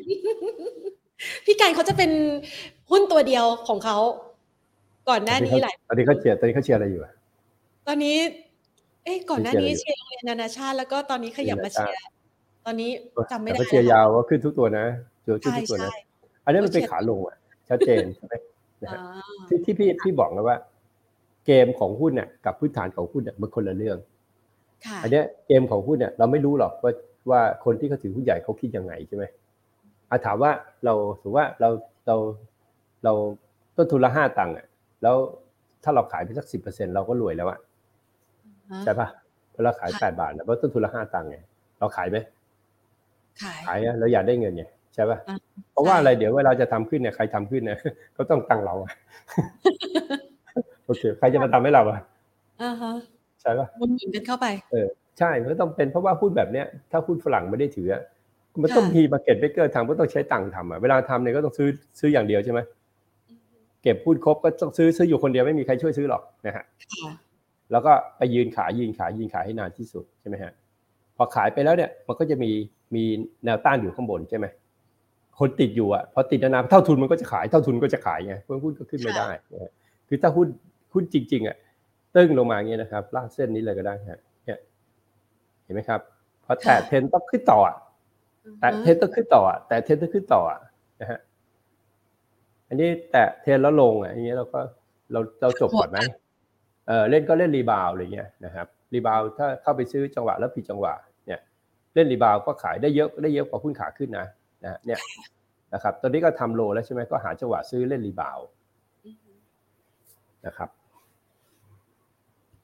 กันเขาจะเป็นหุ้นตัวเดียวของเขาก่อนหน้านี้หลายตอนนี้เขาเชียร์อะไรอยู่ตอนนี้ก่อนหน้านี้เชียร์โรงเรียนนานาชาติแล้วก็ตอนนี้ขยับมาเชียร์ตอนนี้จำไม่ได้เขาเชียร์ยาวว่าขึ้นทุกตัวนะขึ้นทุกตัวนะอันนี้มันเป็นขาลงชัดเจนใช่ไหมที่พี่บอกแล้วว่าเกมของหุ้นเนี่ยกับพื้นฐานของหุ้นเนี่ยมันคนละเรื่องอันนี้เกมของหุ้นเนี่ยเราไม่รู้หรอกว่าคนที่เขาถือหุ้นใหญ่เขาคิดยังไงใช่ไหมถามว่าเราถือว่าเราต้นทุนละ5 ตังค์แล้วถ้าเราขายไปสัก 10% เราก็รวยแล้วใช่ป่ะเพราะเราขาย8 บาทนะเพราะต้นทุนละ5 ตังค์ไงเราขายไหมขายเราอยากได้เงินไงใช่ป่ะเพราะว่าอะไรเดี๋ยวเวลาจะทำขึ้นเนี่ยใครทำขึ้นเนี่ยก็ต้องตังเราโอเคใครจะมาทำให้เราใช่ป่ะวนหมุนกันเข้าไปใช่มันก็ต้องเป็นเพราะว่าหุ้นแบบเนี้ยถ้าหุ้นฝรั่งไม่ได้ถือมันต้องมีมาร์เก็ตเมเกอร์ทำก็ต้องใช้ตังค์ทำเวลาทำเนี่ยก็ต้องซื้ออย่างเดียวใช่ไหมเก็บหุ้นครบก็ต้องซื้ออยู่คนเดียวไม่มีใครช่วยซื้อหรอกนะฮะแล้วก็ไปยืนขายให้นานที่สุดใช่ไหมฮะพอขายไปแล้วเนี่ยมันก็จะมีแนวต้านอยู่ข้างบนใช่ไหมคนติดอยู่พอติดนานๆเท่าทุนมันก็จะขายเท่าทุนก็จะขายไงเพราะหุ้นก็ขึ้นไม่ได้คือถ้าหุ้นจริงๆตึ้งลงมาอย่างเงี้ยนะครับลากเส้นนี้เลยก็ได้ฮะเนี่ยเห็นไหมครับพอแตะเทรนต้องขึ้นต่อแต่เทรนต้องขึ้นต่อนะฮะอันนี้แตะเทรนแล้วลงอย่างเงี้ยเราจบก่อนไหมเล่นก็เล่นรีบาวอะไรเงี้ยนะครับรีบาวถ้าเข้าไปซื้อจังหวะแล้วผิดจังหวะเนี่ยเล่นรีบาวก็ขายได้เยอะกว่าหุ้นขาขึ้นนะเนี่ยนะครับตอนนี้ก็ทำโลแล้วใช่ไหมก็หาจังหวะซื้อเล่นรีบาวนะครับ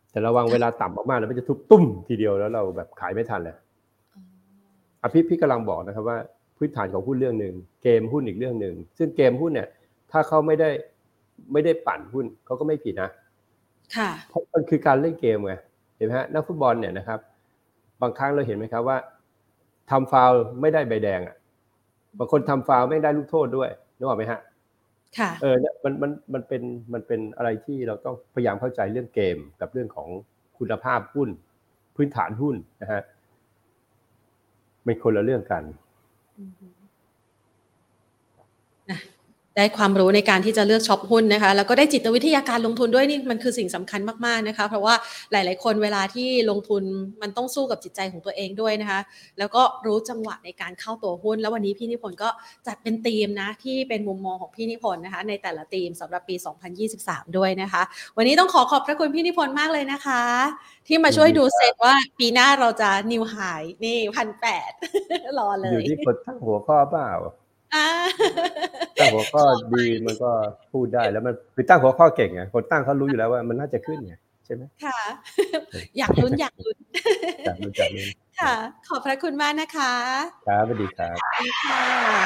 แต่ระวังเวลาต่ำมากๆแล้วมันจะทุบตุ้มทีเดียวแล้วเราแบบขายไม่ทันเลยพี่กำลังบอกนะครับว่าพื้นฐานของหุ้นเรื่องนึงเกมหุ้นอีกเรื่องนึงซึ่งเกมหุ้นเนี่ยถ้าเขาไม่ได้ปั่นหุ้นเขาก็ไม่ผิดนะค่ะเพราะมันคือการเล่นเกมไงเห็นไหมฮะนักฟุตบอลเนี่ยนะครับบางครั้งเราเห็นไหมครับว่าทำฟาวล์ไม่ได้ใบแดงอ่ะบางคนทำฟาวล์ไม่ได้ลูกโทษด้วยนึกออกไหมฮะค่ะเนี่ยมันเป็นอะไรที่เราต้องพยายามเข้าใจเรื่องเกมกับเรื่องของคุณภาพหุ้นพื้นฐานหุ้นนะฮะไม่คนละเรื่องกันได้ความรู้ในการที่จะเลือกช็อปหุ้นนะคะแล้วก็ได้จิตวิทยาการลงทุนด้วยนี่มันคือสิ่งสำคัญมากๆนะคะเพราะว่าหลายๆคนเวลาที่ลงทุนมันต้องสู้กับจิตใจของตัวเองด้วยนะคะแล้วก็รู้จังหวะในการเข้าตัวหุ้นแล้ววันนี้พี่นิพนธ์ก็จัดเป็นธีมนะที่เป็นมุมมองของพี่นิพนธ์นะคะในแต่ละธีมสำหรับปี2023ด้วยนะคะวันนี้ต้องขอบพระคุณพี่นิพนธ์มากเลยนะคะที่มาช่วยดูเซตว่าปีหน้าเราจะนิวไฮนี่ 1,800 รอเลยอยู่ที่คนตั้งหัวข้อเปล่าตั้งหัวข้อดีมันก็พูดได้แล้วมันคือตั้งหัวข้อเก่งไงคนตั้งเขารู้อยู่แล้วว่ามันน่าจะขึ้นไงใช่ไหมค่ะอยากลุ้นจากลุ้นค่ะขอบพระคุณมากนะคะครับสวัสดีครับสวัสดีค่ะ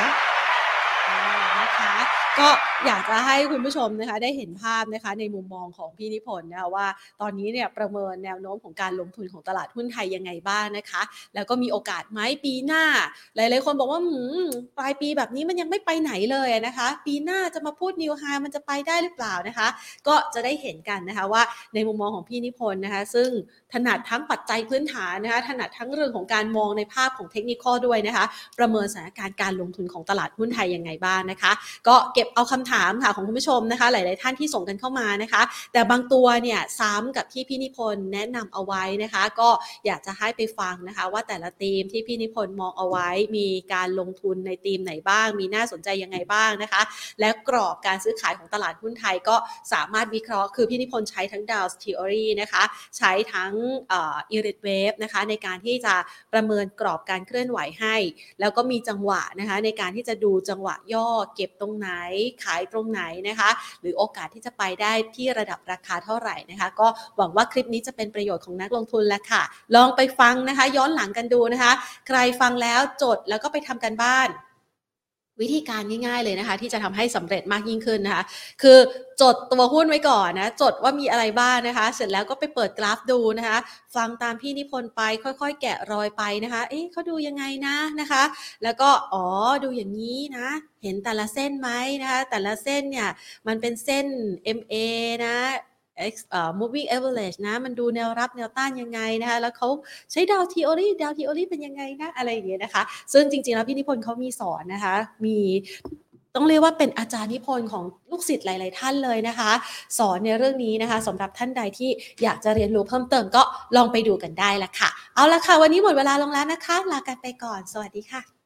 นะคะก็อยากจะให้คุณผู้ชมนะคะได้เห็นภาพนะคะในมุมมองของพี่นิพนธ์นะคะว่าตอนนี้เนี่ยประเมินแนวโน้มของการลงทุนของตลาดหุ้นไทยยังไงบ้างนะคะแล้วก็มีโอกาสไหมปีหน้าหลายๆคนบอกว่าปลายปีแบบนี้มันยังไม่ไปไหนเลยนะคะปีหน้าจะมาพูดนิวไฮมันจะไปได้หรือเปล่านะคะก็จะได้เห็นกันนะคะว่าในมุมมองของพี่นิพนธ์นะคะซึ่งถนัดทั้งปัจจัยพื้นฐานนะคะถนัดทั้งเรื่องของการมองในภาพของเทคนิคด้วยนะคะประเมินสถานการณ์การลงทุนของตลาดหุ้นไทยยังไงบ้างนะคะก็เก็บเอาคำถามค่ะของคุณผู้ชมนะคะหลายๆท่านที่ส่งกันเข้ามานะคะแต่บางตัวเนี่ยซ้ำกับที่พี่นิพนธ์แนะนำเอาไว้นะคะก็อยากจะให้ไปฟังนะคะว่าแต่ละธีมที่พี่นิพนธ์มองเอาไว้มีการลงทุนในธีมไหนบ้างมีน่าสนใจยังไงบ้างนะคะและกรอบการซื้อขายของตลาดหุ้นไทยก็สามารถวิเคราะห์คือพี่นิพนธ์ใช้ทั้ง Dow's Theory นะคะใช้ทั้งIris Wave นะคะในการที่จะประเมินกรอบการเคลื่อนไหวให้แล้วก็มีจังหวะนะคะในการที่จะดูจังหวะย่อเก็บตรงไหนขายตรงไหนนะคะหรือโอกาสที่จะไปได้ที่ระดับราคาเท่าไหร่นะคะก็หวังว่าคลิปนี้จะเป็นประโยชน์ของนักลงทุนแล้วค่ะลองไปฟังนะคะย้อนหลังกันดูนะคะใครฟังแล้วจดแล้วก็ไปทำกันบ้านวิธีการง่ายๆเลยนะคะที่จะทำให้สำเร็จมากยิ่งขึ้นนะคะคือจดตัวหุ้นไว้ก่อนนะจดว่ามีอะไรบ้างนะคะเสร็จแล้วก็ไปเปิดกราฟดูนะคะฟังตามพี่นิพนธ์ไปค่อยๆแกะรอยไปนะคะเขาดูยังไงนะคะแล้วก็ดูอย่างนี้นะเห็นแต่ละเส้นไหมนะคะแต่ละเส้นเนี่ยมันเป็นเส้น MA นะmoving average นะมันดูแนวรับแนวต้านยังไงนะคะแล้วเขาใช้ Dow Theory เป็นยังไงนะอะไรอย่างเงี้ยนะคะซึ่งจริงๆแล้วพี่นิพนธ์เขามีสอนนะคะมีต้องเรียกว่าเป็นอาจารย์นิพนธ์ของลูกศิษย์หลายๆท่านเลยนะคะสอนในเรื่องนี้นะคะสำหรับท่านใดที่อยากจะเรียนรู้เพิ่มเติมก็ลองไปดูกันได้ละค่ะเอาละค่ะวันนี้หมดเวลาลงแล้วนะคะลากันไปก่อนสวัสดีค่ะ